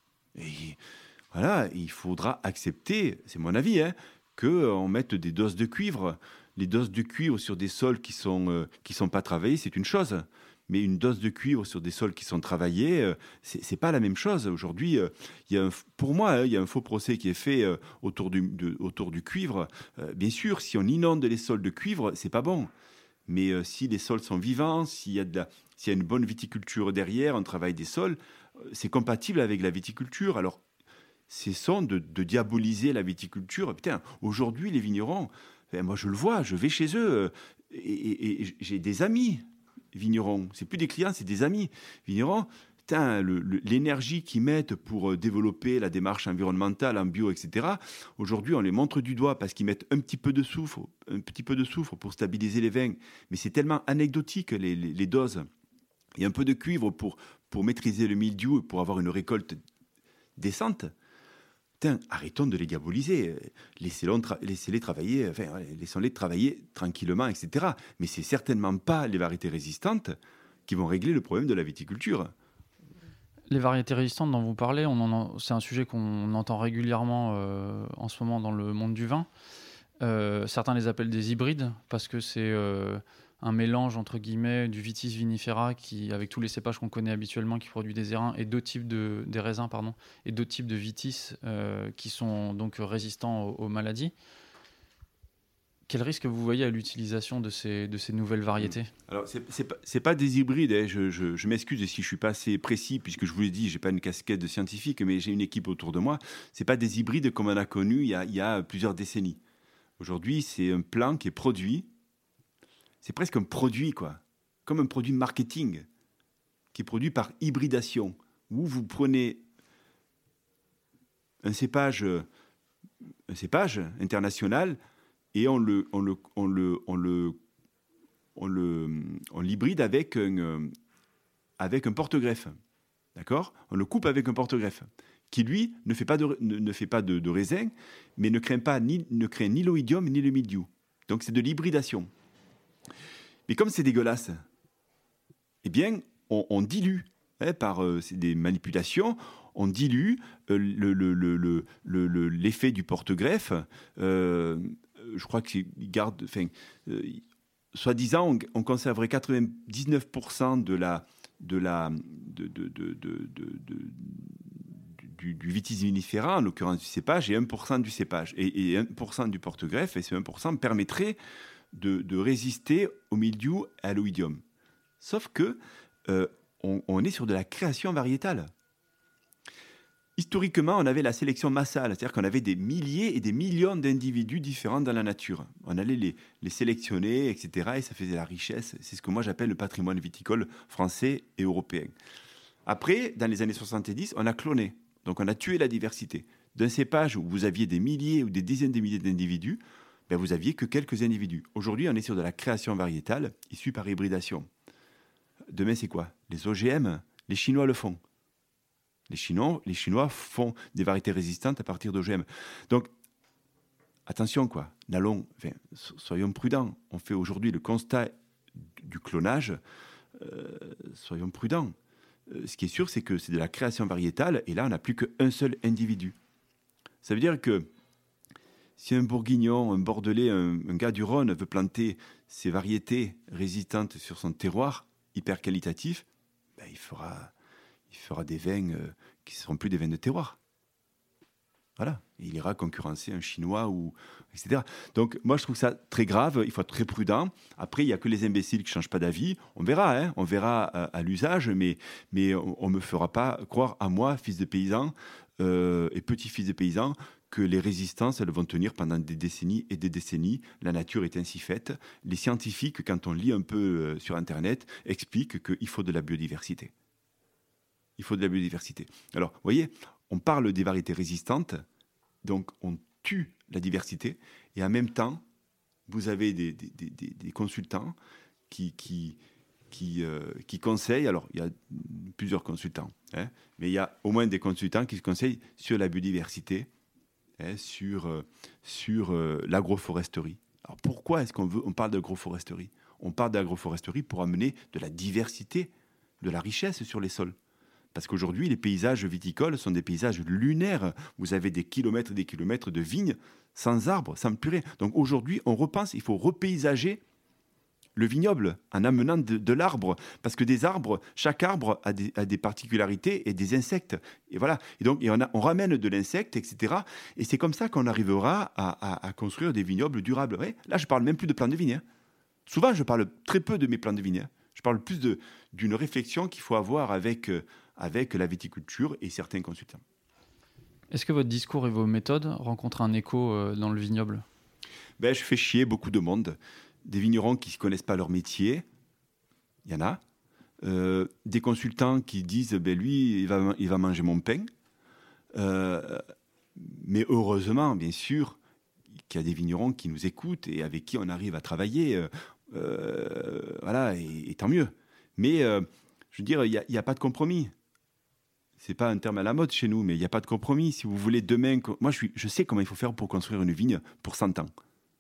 Et voilà, il faudra accepter, c'est mon avis, hein, qu'on mette des doses de cuivre. Les doses de cuivre sur des sols qui ne sont, euh, qui sont pas travaillés, c'est une chose. Mais une dose de cuivre sur des sols qui sont travaillés, euh, ce n'est pas la même chose. Aujourd'hui, euh, y a un, pour moi, hein, il y a un faux procès qui est fait euh, autour, du, de, autour du cuivre. Euh, bien sûr, si on inonde les sols de cuivre, ce n'est pas bon. Mais euh, si les sols sont vivants, s'il y a de la, s'il y a une bonne viticulture derrière, un travail des sols, euh, c'est compatible avec la viticulture. Alors, c'est sans de, de diaboliser la viticulture. Putain, aujourd'hui, les vignerons... Moi, je le vois, je vais chez eux et, et, et j'ai des amis vignerons. C'est plus des clients, c'est des amis vignerons. Putain, le, le, l'énergie qu'ils mettent pour développer la démarche environnementale en bio, et cetera. Aujourd'hui, on les montre du doigt parce qu'ils mettent un petit peu de soufre, un petit peu de soufre pour stabiliser les vins. Mais c'est tellement anecdotique les, les, les doses. Il y a un peu de cuivre pour, pour maîtriser le mildiou et pour avoir une récolte décente. Putain, arrêtons de les diaboliser, laissez-les, tra- laissez-les travailler, enfin, laissons-les travailler tranquillement, et cetera. Mais c'est certainement pas les variétés résistantes qui vont régler le problème de la viticulture. Les variétés résistantes dont vous parlez, on en a, c'est un sujet qu'on entend régulièrement euh, en ce moment dans le monde du vin. Euh, certains les appellent des hybrides parce que c'est euh, un mélange entre guillemets du vitis vinifera qui, avec tous les cépages qu'on connaît habituellement, qui produit des airains et d'autres types de des raisins pardon et d'autres types de vitis euh, qui sont donc résistants aux, aux maladies. Quel risque vous voyez à l'utilisation de ces de ces nouvelles variétés ? Alors c'est c'est pas c'est pas des hybrides. Hein. Je, je je m'excuse si je suis pas assez précis puisque je vous l'ai dit, j'ai pas une casquette de scientifique, mais j'ai une équipe autour de moi. C'est pas des hybrides comme on a connu il y a il y a plusieurs décennies. Aujourd'hui, c'est un plant qui est produit. C'est presque un produit, quoi. Comme un produit marketing qui est produit par hybridation, où vous prenez un cépage, un cépage international et on le, on le, on le, on le, on le, on l'hybride avec un, avec un porte-greffe. D'accord ? On le coupe avec un porte-greffe qui, lui, ne fait pas de, ne, ne fait pas de, de raisin, mais ne craint pas ni, ne craint ni l'oïdium ni le mildiou. Donc, c'est de l'hybridation. Mais comme c'est dégueulasse, eh bien, on, on dilue, hein, par euh, des manipulations, on dilue euh, le, le, le, le, le, l'effet du porte-greffe. Euh, je crois qu'il garde... Enfin, euh, soi-disant, on, on conserverait quatre-vingt-dix-neuf pour cent de la... De la de, de, de, de, de, de, du, du vitis vinifera, en l'occurrence du cépage, et un pour cent du cépage. Et, et un pour cent du porte-greffe, et ce un pour cent permettrait de, de résister au mildiou et à l'oïdium. Sauf que euh, on, on est sur de la création variétale. Historiquement, on avait la sélection massale, c'est-à-dire qu'on avait des milliers et des millions d'individus différents dans la nature. On allait les, les sélectionner, et cetera, et ça faisait la richesse. C'est ce que moi j'appelle le patrimoine viticole français et européen. Après, dans les années soixante-dix, on a cloné. Donc on a tué la diversité. D'un cépage où vous aviez des milliers ou des dizaines de milliers d'individus, ben vous aviez que quelques individus. Aujourd'hui, on est sur de la création variétale issue par hybridation. Demain, c'est quoi ? Les O G M, les Chinois le font. Les Chinois, les Chinois font des variétés résistantes à partir d'O G M. Donc, attention, quoi. N'allons, enfin, soyons prudents. On fait aujourd'hui le constat du clonage. Euh, soyons prudents. Euh, ce qui est sûr, c'est que c'est de la création variétale, et là, on n'a plus qu'un seul individu. Ça veut dire que si un Bourguignon, un Bordelais, un, un gars du Rhône veut planter ses variétés résistantes sur son terroir hyper qualitatif, ben, il fera... il fera des vins euh, qui ne seront plus des vins de terroir. Voilà. Et il ira concurrencer un Chinois, ou, et cetera. Donc, moi, je trouve ça très grave. Il faut être très prudent. Après, il n'y a que les imbéciles qui ne changent pas d'avis. On verra, hein. On verra à, à l'usage, mais, mais on ne me fera pas croire à moi, fils de paysan euh, et petit-fils de paysan, que les résistances, elles vont tenir pendant des décennies et des décennies. La nature est ainsi faite. Les scientifiques, quand on lit un peu euh, sur Internet, expliquent qu'il faut de la biodiversité. il faut de la biodiversité. Alors, vous voyez, on parle des variétés résistantes, donc on tue la diversité, et en même temps, vous avez des, des, des, des consultants qui, qui, qui, euh, qui conseillent, alors il y a plusieurs consultants, hein, mais il y a au moins des consultants qui se conseillent sur la biodiversité, hein, sur, euh, sur euh, l'agroforesterie. Alors pourquoi est-ce qu'on veut, on parle d'agroforesterie ? On parle d'agroforesterie pour amener de la diversité, de la richesse sur les sols. Parce qu'aujourd'hui, les paysages viticoles sont des paysages lunaires. Vous avez des kilomètres et des kilomètres de vignes sans arbres, sans plus rien. Donc aujourd'hui, on repense, il faut repaysager le vignoble en amenant de, de l'arbre. Parce que des arbres, chaque arbre a des, a des particularités et des insectes. Et voilà. Et donc, et on, a, on ramène de l'insecte, et cetera. Et c'est comme ça qu'on arrivera à, à, à construire des vignobles durables. Ouais, là, je ne parle même plus de plants de vigne. Hein. Souvent, je parle très peu de mes plants de vigne. Hein. Je parle plus de, d'une réflexion qu'il faut avoir avec, euh, avec la viticulture et certains consultants. Est-ce que votre discours et vos méthodes rencontrent un écho euh, dans le vignoble ? Ben, je fais chier beaucoup de monde. Des vignerons qui ne connaissent pas leur métier, il y en a. Euh, des consultants qui disent ben, lui, il va, il va manger mon pain. Euh, mais heureusement, bien sûr, qu'il y a des vignerons qui nous écoutent et avec qui on arrive à travailler. Euh, euh, voilà, et, et tant mieux. Mais euh, je veux dire, il n'y a, a pas de compromis. C'est pas un terme à la mode chez nous, mais il n'y a pas de compromis. Si vous voulez demain... Moi, je, suis, je sais comment il faut faire pour construire une vigne pour cent ans.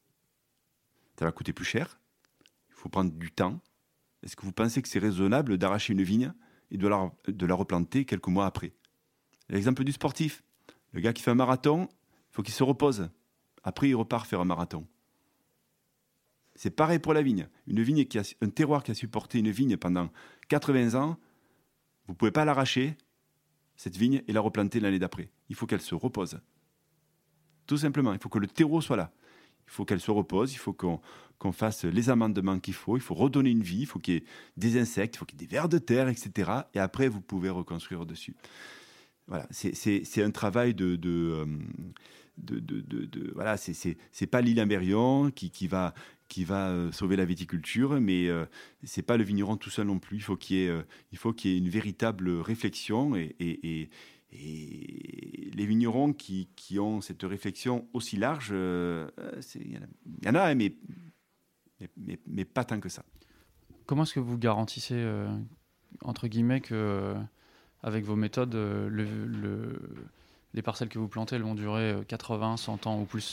Ça va coûter plus cher. Il faut prendre du temps. Est-ce que vous pensez que c'est raisonnable d'arracher une vigne et de la, de la replanter quelques mois après ? L'exemple du sportif. Le gars qui fait un marathon, il faut qu'il se repose. Après, il repart faire un marathon. C'est pareil pour la vigne. Une vigne qui a un terroir qui a supporté une vigne pendant quatre-vingts ans, vous ne pouvez pas l'arracher, cette vigne, et la replanter l'année d'après. Il faut qu'elle se repose. Tout simplement, il faut que le terreau soit là. Il faut qu'elle se repose, il faut qu'on, qu'on fasse les amendements qu'il faut, il faut redonner une vie, il faut qu'il y ait des insectes, il faut qu'il y ait des vers de terre, et cetera. Et après, vous pouvez reconstruire dessus. Voilà, c'est, c'est, c'est un travail de... de, de, de, de, de voilà, c'est, c'est, c'est pas l'île Imbérion qui, qui va... qui va euh, sauver la viticulture, mais euh, ce n'est pas le vigneron tout seul non plus. Il faut qu'il y ait, euh, il faut qu'il y ait une véritable réflexion et, et, et, et les vignerons qui, qui ont cette réflexion aussi large, euh, il y, y en a, mais, mais, mais, mais pas tant que ça. Comment est-ce que vous garantissez, euh, entre guillemets, que, euh, avec vos méthodes, euh, le, le, les parcelles que vous plantez, elles vont durer quatre-vingts, cent ans ou plus ?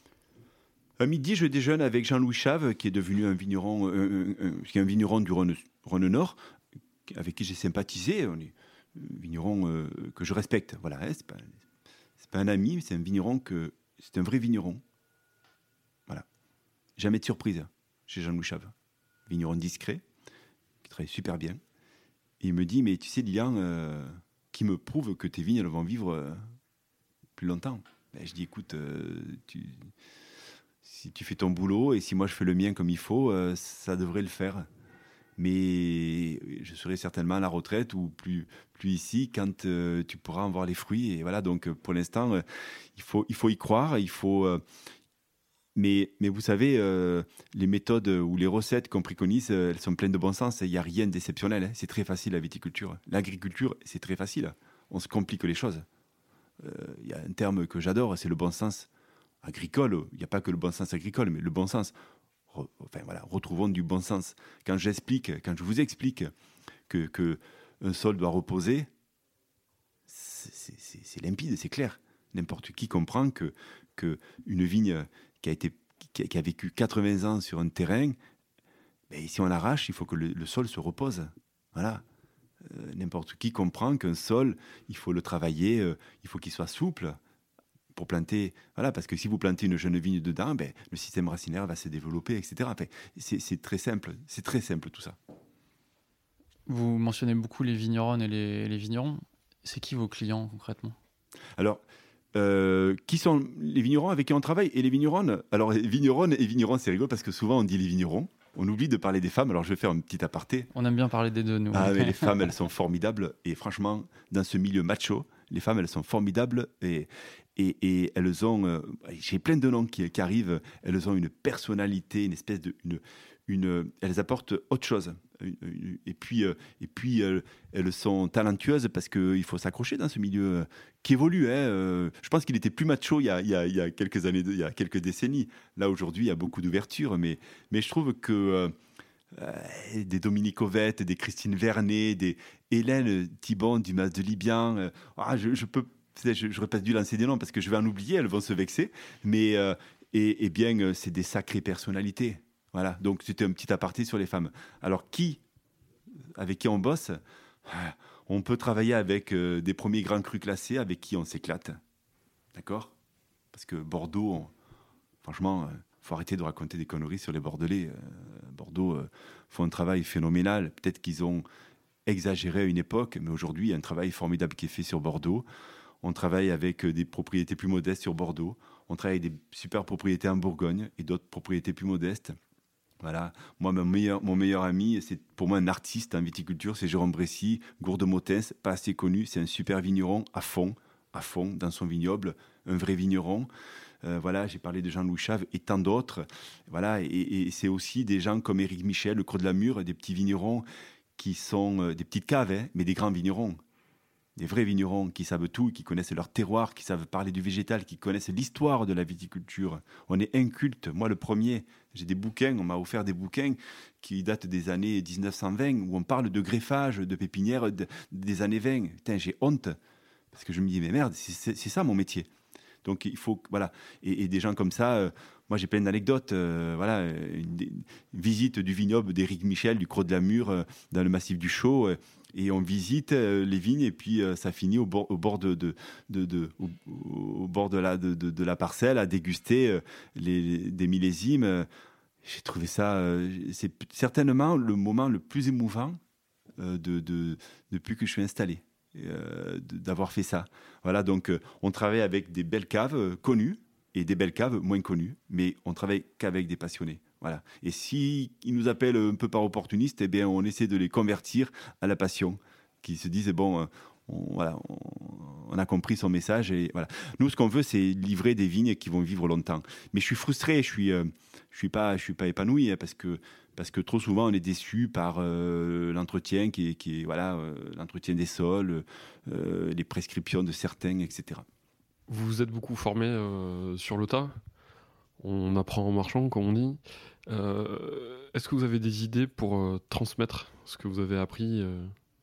À midi, je déjeune avec Jean-Louis Chave, qui est devenu un vigneron, un, un, un, qui est un vigneron du Rhône, Rhône Nord, avec qui j'ai sympathisé. On est un vigneron euh, que je respecte. Voilà, hein, c'est pas, c'est pas un ami, c'est un vigneron que, c'est un vrai vigneron. Voilà. Jamais de surprise chez Jean-Louis Chave. Vigneron discret, qui travaille super bien. Et il me dit, mais tu sais, Lilian, euh, qui me prouve que tes vignes elles vont vivre euh, plus longtemps. Ben, je dis, écoute, euh, tu... si tu fais ton boulot et si moi je fais le mien comme il faut, euh, ça devrait le faire. Mais je serai certainement à la retraite ou plus, plus ici quand euh, tu pourras en voir les fruits. Et voilà, donc pour l'instant, euh, il faut, il faut y croire. Il faut, euh, mais, mais vous savez, euh, les méthodes ou les recettes qu'on préconise, euh, elles sont pleines de bon sens. Il n'y a rien d'exceptionnel. Hein. C'est très facile la viticulture. L'agriculture, c'est très facile. On se complique les choses. Il euh, y a un terme que j'adore, c'est le bon sens agricole. Il n'y a pas que le bon sens agricole, mais le bon sens. Re, enfin voilà, retrouvons du bon sens. Quand j'explique, quand je vous explique que, que un sol doit reposer, c'est, c'est, c'est limpide, c'est clair. N'importe qui comprend que, que une vigne qui a été, qui a, qui a vécu quatre-vingts ans sur un terrain, ben, si on l'arrache, il faut que le, le sol se repose. Voilà. Euh, n'importe qui comprend qu'un sol, il faut le travailler, euh, il faut qu'il soit souple. Pour planter, voilà, parce que si vous plantez une jeune vigne dedans, ben, le système racinaire va se développer, et cetera. Enfin, c'est, c'est très simple, c'est très simple tout ça. Vous mentionnez beaucoup les vigneronnes et les, les vignerons. C'est qui vos clients concrètement ? Alors, euh, qui sont les vignerons avec qui on travaille et les vigneronnes ? Alors, les vigneronnes et vignerons, c'est rigolo parce que souvent on dit les vignerons. On oublie de parler des femmes, alors je vais faire un petit aparté. On aime bien parler des deux, nous. Ah, mais les femmes, elles sont formidables. Et franchement, dans ce milieu macho, les femmes, elles sont formidables. Et, et, et elles ont... Euh, j'ai plein de noms qui, qui arrivent. Elles ont une personnalité, une espèce de... Une, une, elles apportent autre chose. Et puis, et puis elles sont talentueuses parce qu'il faut s'accrocher dans ce milieu qui évolue. Hein. Je pense qu'il était plus macho il y a, il y a, il y a quelques années, il y a quelques décennies. Là, aujourd'hui, il y a beaucoup d'ouverture. Mais, mais je trouve que euh, des Dominique Ovette, des Christine Vernet, des Hélène Thibon du Mas de Libian, euh, ah, je, je peux... Je n'aurais pas dû lancer des noms parce que je vais en oublier, elles vont se vexer. Mais euh, et, et bien, c'est des sacrées personnalités. Voilà. Donc, c'était un petit aparté sur les femmes. Alors, qui, avec qui on bosse, on peut travailler avec euh, des premiers grands crus classés avec qui on s'éclate. D'accord ? Parce que Bordeaux, on, franchement, il euh, faut arrêter de raconter des conneries sur les Bordelais. Euh, Bordeaux euh, font un travail phénoménal. Peut-être qu'ils ont exagéré à une époque, mais aujourd'hui, il y a un travail formidable qui est fait sur Bordeaux. On travaille avec des propriétés plus modestes sur Bordeaux. On travaille avec des super propriétés en Bourgogne et d'autres propriétés plus modestes. Voilà. Moi, mon meilleur, mon meilleur ami, c'est pour moi un artiste en viticulture, c'est Jérôme Bressy, Gourde-Motens, pas assez connu. C'est un super vigneron à fond, à fond dans son vignoble, un vrai vigneron. Euh, voilà, j'ai parlé de Jean-Louis Chave et tant d'autres. Voilà, et, et c'est aussi des gens comme Éric Michel, le Creux de la Mure, des petits vignerons qui sont euh, des petites caves, hein, mais des grands vignerons. Des vrais vignerons qui savent tout, qui connaissent leur terroir, qui savent parler du végétal, qui connaissent l'histoire de la viticulture. On est inculte, moi le premier. J'ai des bouquins, on m'a offert des bouquins qui datent des années dix-neuf cent vingt, où on parle de greffage, de pépinière de, des années vingt. Putain, j'ai honte, parce que je me dis, mais merde, c'est, c'est, c'est ça mon métier. Donc il faut, voilà. Et, et des gens comme ça, euh, moi j'ai plein d'anecdotes. Euh, voilà, une, une visite du vignoble d'Éric Michel, du Creux de la Mure, euh, dans le massif du Chaux. Euh, Et on visite euh, les vignes et puis euh, ça finit au bord, au bord, de, de, de, de, au, au bord de, la, de, de, de la parcelle à déguster euh, les, des millésimes. J'ai trouvé ça, euh, c'est certainement le moment le plus émouvant euh, de, de, depuis que je suis installé, euh, de, d'avoir fait ça. Voilà, donc euh, on travaille avec des belles caves euh, connues et des belles caves moins connues, mais on travaille qu'avec des passionnés. Voilà. Et s'ils nous appellent un peu par opportunistes, eh bien, on essaie de les convertir à la passion, qui se disent, bon, on, voilà, on, on a compris son message. Et voilà. Nous, ce qu'on veut, c'est livrer des vignes qui vont vivre longtemps. Mais je suis frustré, je suis, euh, je suis pas, je suis pas épanoui, hein, parce que, parce que trop souvent, on est déçu par euh, l'entretien, qui est, qui est, voilà, euh, l'entretien des sols, euh, les prescriptions de certains, et cetera. Vous vous êtes beaucoup formé euh, sur le tas. On apprend en marchant, comme on dit. Euh, est-ce que vous avez des idées pour euh, transmettre ce que vous avez appris, euh,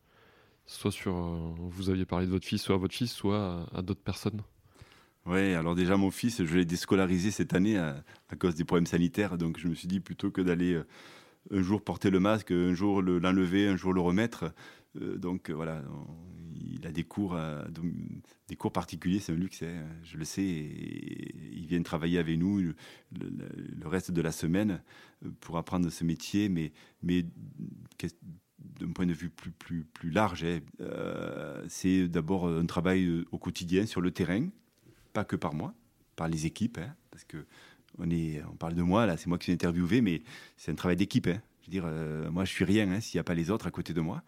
soit sur, euh, vous aviez parlé de votre fils, soit à votre fils, soit à, à d'autres personnes ? Oui, alors déjà mon fils, je l'ai déscolarisé cette année à, à cause des problèmes sanitaires, donc je me suis dit plutôt que d'aller euh, un jour porter le masque, un jour le, l'enlever, un jour le remettre. Euh, donc euh, voilà, on, il a des cours, euh, des cours particuliers, c'est un luxe, hein, je le sais. Et, et ils viennent travailler avec nous le, le, le reste de la semaine pour apprendre ce métier, mais, mais d'un point de vue plus, plus, plus large, hein, euh, c'est d'abord un travail au quotidien sur le terrain, pas que par moi, par les équipes, hein, parce que on, est, on parle de moi, là, c'est moi qui suis interviewé, mais c'est un travail d'équipe. Hein. Je veux dire, euh, moi, je suis rien hein, s'il n'y a pas les autres à côté de moi.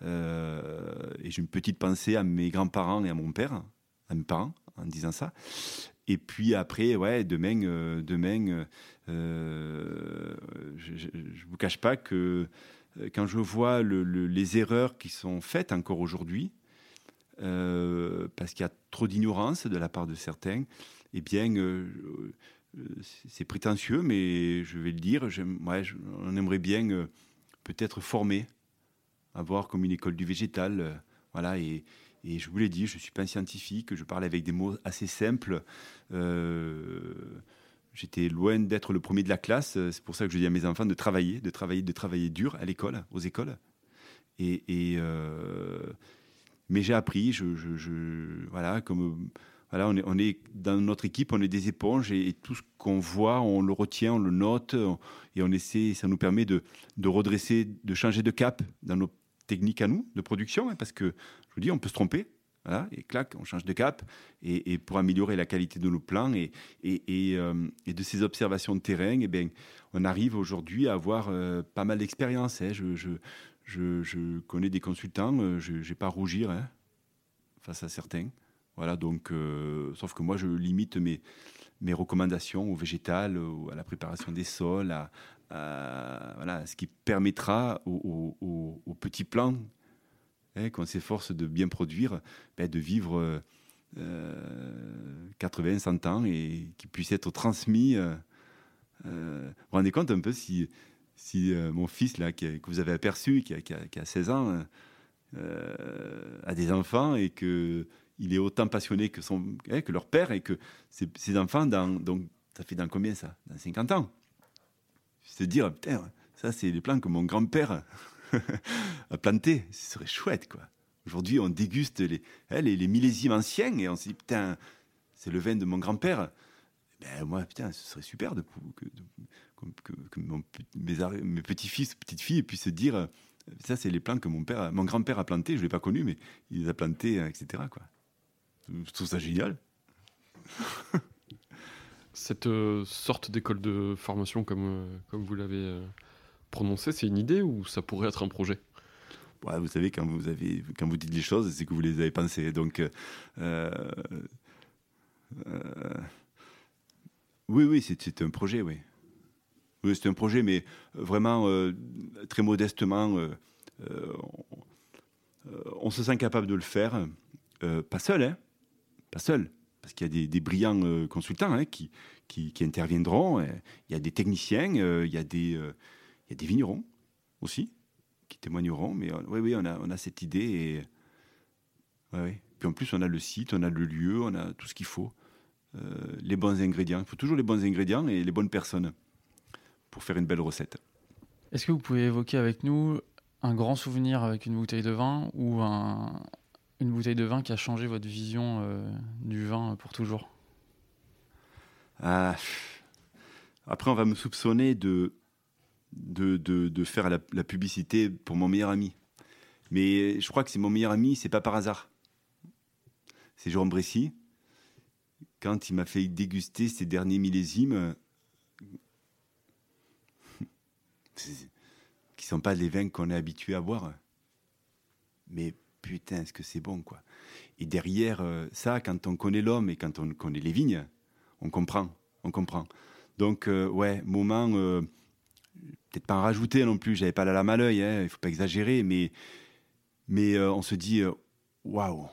Euh, et j'ai une petite pensée à mes grands-parents et à mon père, à mes parents, en disant ça. Et puis après, ouais, demain, euh, demain euh, je ne vous cache pas que euh, quand je vois le, le, les erreurs qui sont faites encore aujourd'hui, euh, parce qu'il y a trop d'ignorance de la part de certains, eh bien, euh, c'est prétentieux, mais je vais le dire, ouais, on aimerait bien euh, peut-être former, avoir comme une école du végétal, euh, voilà, et, et je vous l'ai dit, je ne suis pas un scientifique, je parle avec des mots assez simples. Euh, j'étais loin d'être le premier de la classe, c'est pour ça que je dis à mes enfants de travailler, de travailler, de travailler dur à l'école, aux écoles. Et, et euh, mais j'ai appris, je, je, je, voilà, comme voilà, on est, on est dans notre équipe, on est des éponges et, et tout ce qu'on voit, on le retient, on le note on, et on essaie, ça nous permet de, de redresser, de changer de cap dans nos techniques à nous de production, hein, parce que je vous dis, on peut se tromper, voilà, et clac, on change de cap et, et pour améliorer la qualité de nos plants et, et, et, euh, et de ces observations de terrain, eh bien, on arrive aujourd'hui à avoir euh, pas mal d'expérience. Hein, je, je, je, je connais des consultants, euh, je n'ai pas à rougir hein, face à certains. Voilà, donc, euh, sauf que moi, je limite mes, mes recommandations au végétal, à la préparation des sols, à, à, voilà, à ce qui permettra aux, aux, aux petits plants, hein, qu'on s'efforce de bien produire, ben, de vivre euh, quatre-vingts, cent ans et qui puissent être transmis. Euh, euh, vous vous rendez compte un peu si, si euh, mon fils, là, qui a, que vous avez aperçu, qui a, qui a, qui a seize ans, euh, a des enfants et qu'il est autant passionné que, son, hein, que leur père et que ses, ses enfants, dans, donc, ça fait dans combien ça ? Dans cinquante ans. Se dire, putain, ça c'est les plants que mon grand-père a plantés. Ce serait chouette, quoi. Aujourd'hui, on déguste les, hein, les, les millésimes anciens et on se dit, putain, c'est le vin de mon grand-père. Ben, moi, putain, ce serait super de, que, de, que, que mon, mes, mes petits-fils, petites-filles puissent se dire, ça, c'est les plants que mon, père, mon grand-père a plantés. Je ne l'ai pas connu, mais il les a plantés, et cetera, quoi. Je trouve ça génial. Cette euh, sorte d'école de formation, comme, euh, comme vous l'avez euh, prononcé, c'est une idée ou ça pourrait être un projet ? Ouais, vous savez, quand vous, avez, quand vous dites les choses, c'est que vous les avez pensées. Donc, euh, euh, oui, oui, c'est, c'est un projet, oui. Oui, c'est un projet, mais vraiment, euh, très modestement, euh, euh, on, euh, on se sent capable de le faire. Euh, pas seul, hein, pas seul. Parce qu'il y a des, des brillants euh, consultants hein, qui, qui, qui interviendront. Il y a des techniciens, euh, il, y a des, euh, il y a des vignerons aussi qui témoigneront. Mais euh, oui, oui, on a, on a cette idée. Et, ouais, ouais. Puis en plus, on a le site, on a le lieu, on a tout ce qu'il faut. Euh, les bons ingrédients. Il faut toujours les bons ingrédients et les bonnes personnes pour faire une belle recette. Est-ce que vous pouvez évoquer avec nous un grand souvenir avec une bouteille de vin ou un... une bouteille de vin qui a changé votre vision euh, du vin pour toujours ? Ah, après, on va me soupçonner de, de, de, de faire la, la publicité pour mon meilleur ami. Mais je crois que c'est mon meilleur ami, c'est pas par hasard. C'est Jérôme Bressy. Quand il m'a fait déguster ses derniers millésimes, qui ne sont pas les vins qu'on est habitué à boire. Mais putain, est-ce que c'est bon, quoi. Et derrière euh, ça, quand on connaît l'homme et quand on connaît les vignes, on comprend, on comprend. Donc, euh, ouais, moment, euh, peut-être pas en rajouter non plus, j'avais pas la lame à l'œil, hein, il faut pas exagérer, mais, mais euh, on se dit, waouh. Wow.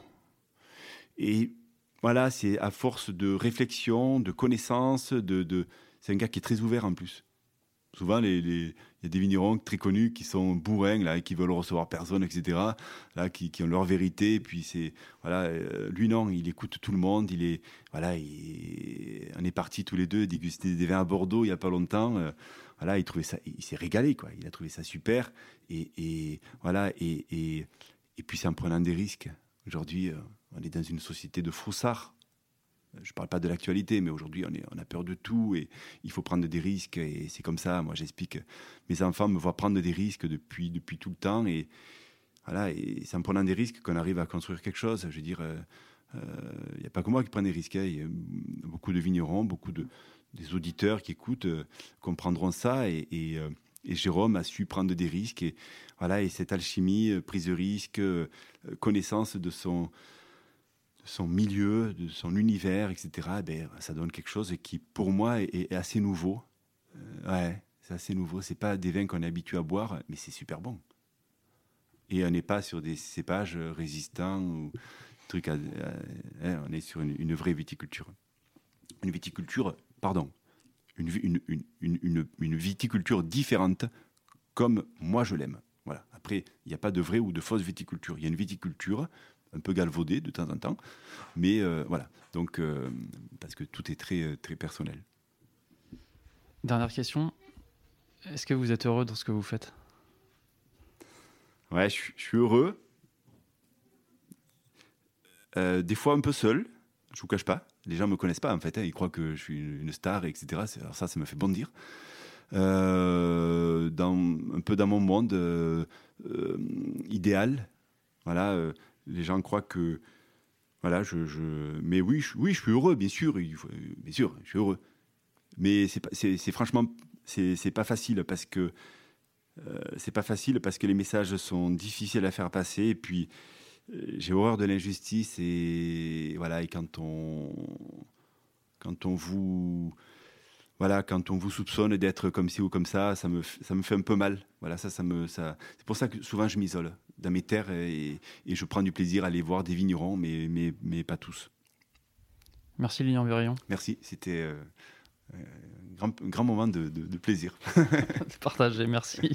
Et voilà, c'est à force de réflexion, de connaissance, de, de... c'est un gars qui est très ouvert en plus. Souvent, les, les, il y a des vignerons très connus qui sont bourrins, là, qui veulent recevoir personne, et cetera. Là, qui, qui ont leur vérité. Et puis c'est, voilà, euh, lui non, il écoute tout le monde. Il est, voilà, il, on est partis tous les deux déguster des vins à Bordeaux il y a pas longtemps. Euh, voilà, il trouvait ça, il s'est régalé, quoi. Il a trouvé ça super. Et, et voilà, et, et, et puis c'est en prenant des risques. Aujourd'hui, euh, on est dans une société de froussards. Je ne parle pas de l'actualité, mais aujourd'hui, on, est, on a peur de tout et il faut prendre des risques. Et c'est comme ça, moi, j'explique. Mes enfants me voient prendre des risques depuis, depuis tout le temps. Et, voilà, et c'est en prenant des risques qu'on arrive à construire quelque chose. Je veux dire, il euh, n'y euh, a pas que moi qui prends des risques. Il hein. y a beaucoup de vignerons, beaucoup de, des auditeurs qui écoutent euh, comprendront ça. Et, et, euh, et Jérôme a su prendre des risques. Et, voilà, et cette alchimie, euh, prise de risque, euh, connaissance de son... son milieu, de son univers, et cetera, ben, ça donne quelque chose qui, pour moi, est, est assez nouveau. Euh, ouais, c'est assez nouveau. C'est pas des vins qu'on est habitué à boire, mais c'est super bon. Et on n'est pas sur des cépages résistants ou trucs. À, à, hein, on est sur une, une vraie viticulture. Une viticulture, pardon, une, une, une, une, une viticulture différente, comme moi je l'aime. Voilà. Après, il n'y a pas de vraie ou de fausse viticulture. Il y a une viticulture un peu galvaudé de temps en temps, mais euh, voilà, donc euh, parce que tout est très, très personnel. Dernière question, est-ce que vous êtes heureux dans ce que vous faites ? Ouais, je, je suis heureux, euh, des fois un peu seul, je vous cache pas, les gens me connaissent pas en fait, hein, ils croient que je suis une, une star, et cetera. Alors ça, ça me fait bondir. Euh, dans, un peu dans mon monde euh, euh, idéal, voilà, euh, les gens croient que, voilà, je, je... mais oui, je, oui, je suis heureux, bien sûr, il faut, bien sûr, je suis heureux. Mais c'est, pas, c'est, c'est franchement, c'est, c'est pas facile parce que euh, c'est pas facile parce que les messages sont difficiles à faire passer. Et puis, euh, j'ai horreur de l'injustice et voilà. Et quand on, quand on vous, voilà, quand on vous soupçonne d'être comme ci ou comme ça, ça me, ça me fait un peu mal. Voilà, ça, ça me, ça... C'est pour ça que souvent je m'isole dans mes terres et, et je prends du plaisir à aller voir des vignerons, mais, mais, mais pas tous. Merci Lilian Berillon. Merci, c'était euh, un grand, grand moment de, de, de plaisir. Partagé, merci.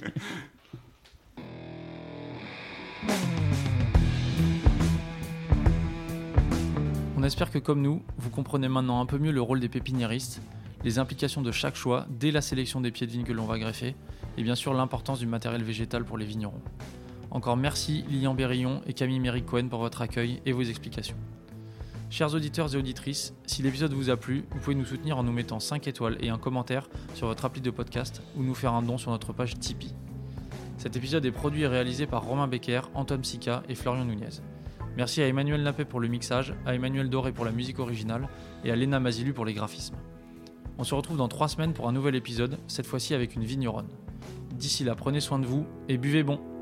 On espère que comme nous, vous comprenez maintenant un peu mieux le rôle des pépiniéristes, les implications de chaque choix dès la sélection des pieds de vigne que l'on va greffer, et bien sûr l'importance du matériel végétal pour les vignerons. Encore merci Lilian Berillon et Camille Méric-Cohen pour votre accueil et vos explications. Chers auditeurs et auditrices, si l'épisode vous a plu, vous pouvez nous soutenir en nous mettant cinq étoiles et un commentaire sur votre appli de podcast ou nous faire un don sur notre page Tipeee. Cet épisode est produit et réalisé par Romain Becker, Antoine Sica et Florian Nunez. Merci à Emmanuel Nappé pour le mixage, à Emmanuel Doré pour la musique originale et à Léna Mazilu pour les graphismes. On se retrouve dans trois semaines pour un nouvel épisode, cette fois-ci avec une vigneronne. D'ici là, prenez soin de vous et buvez bon.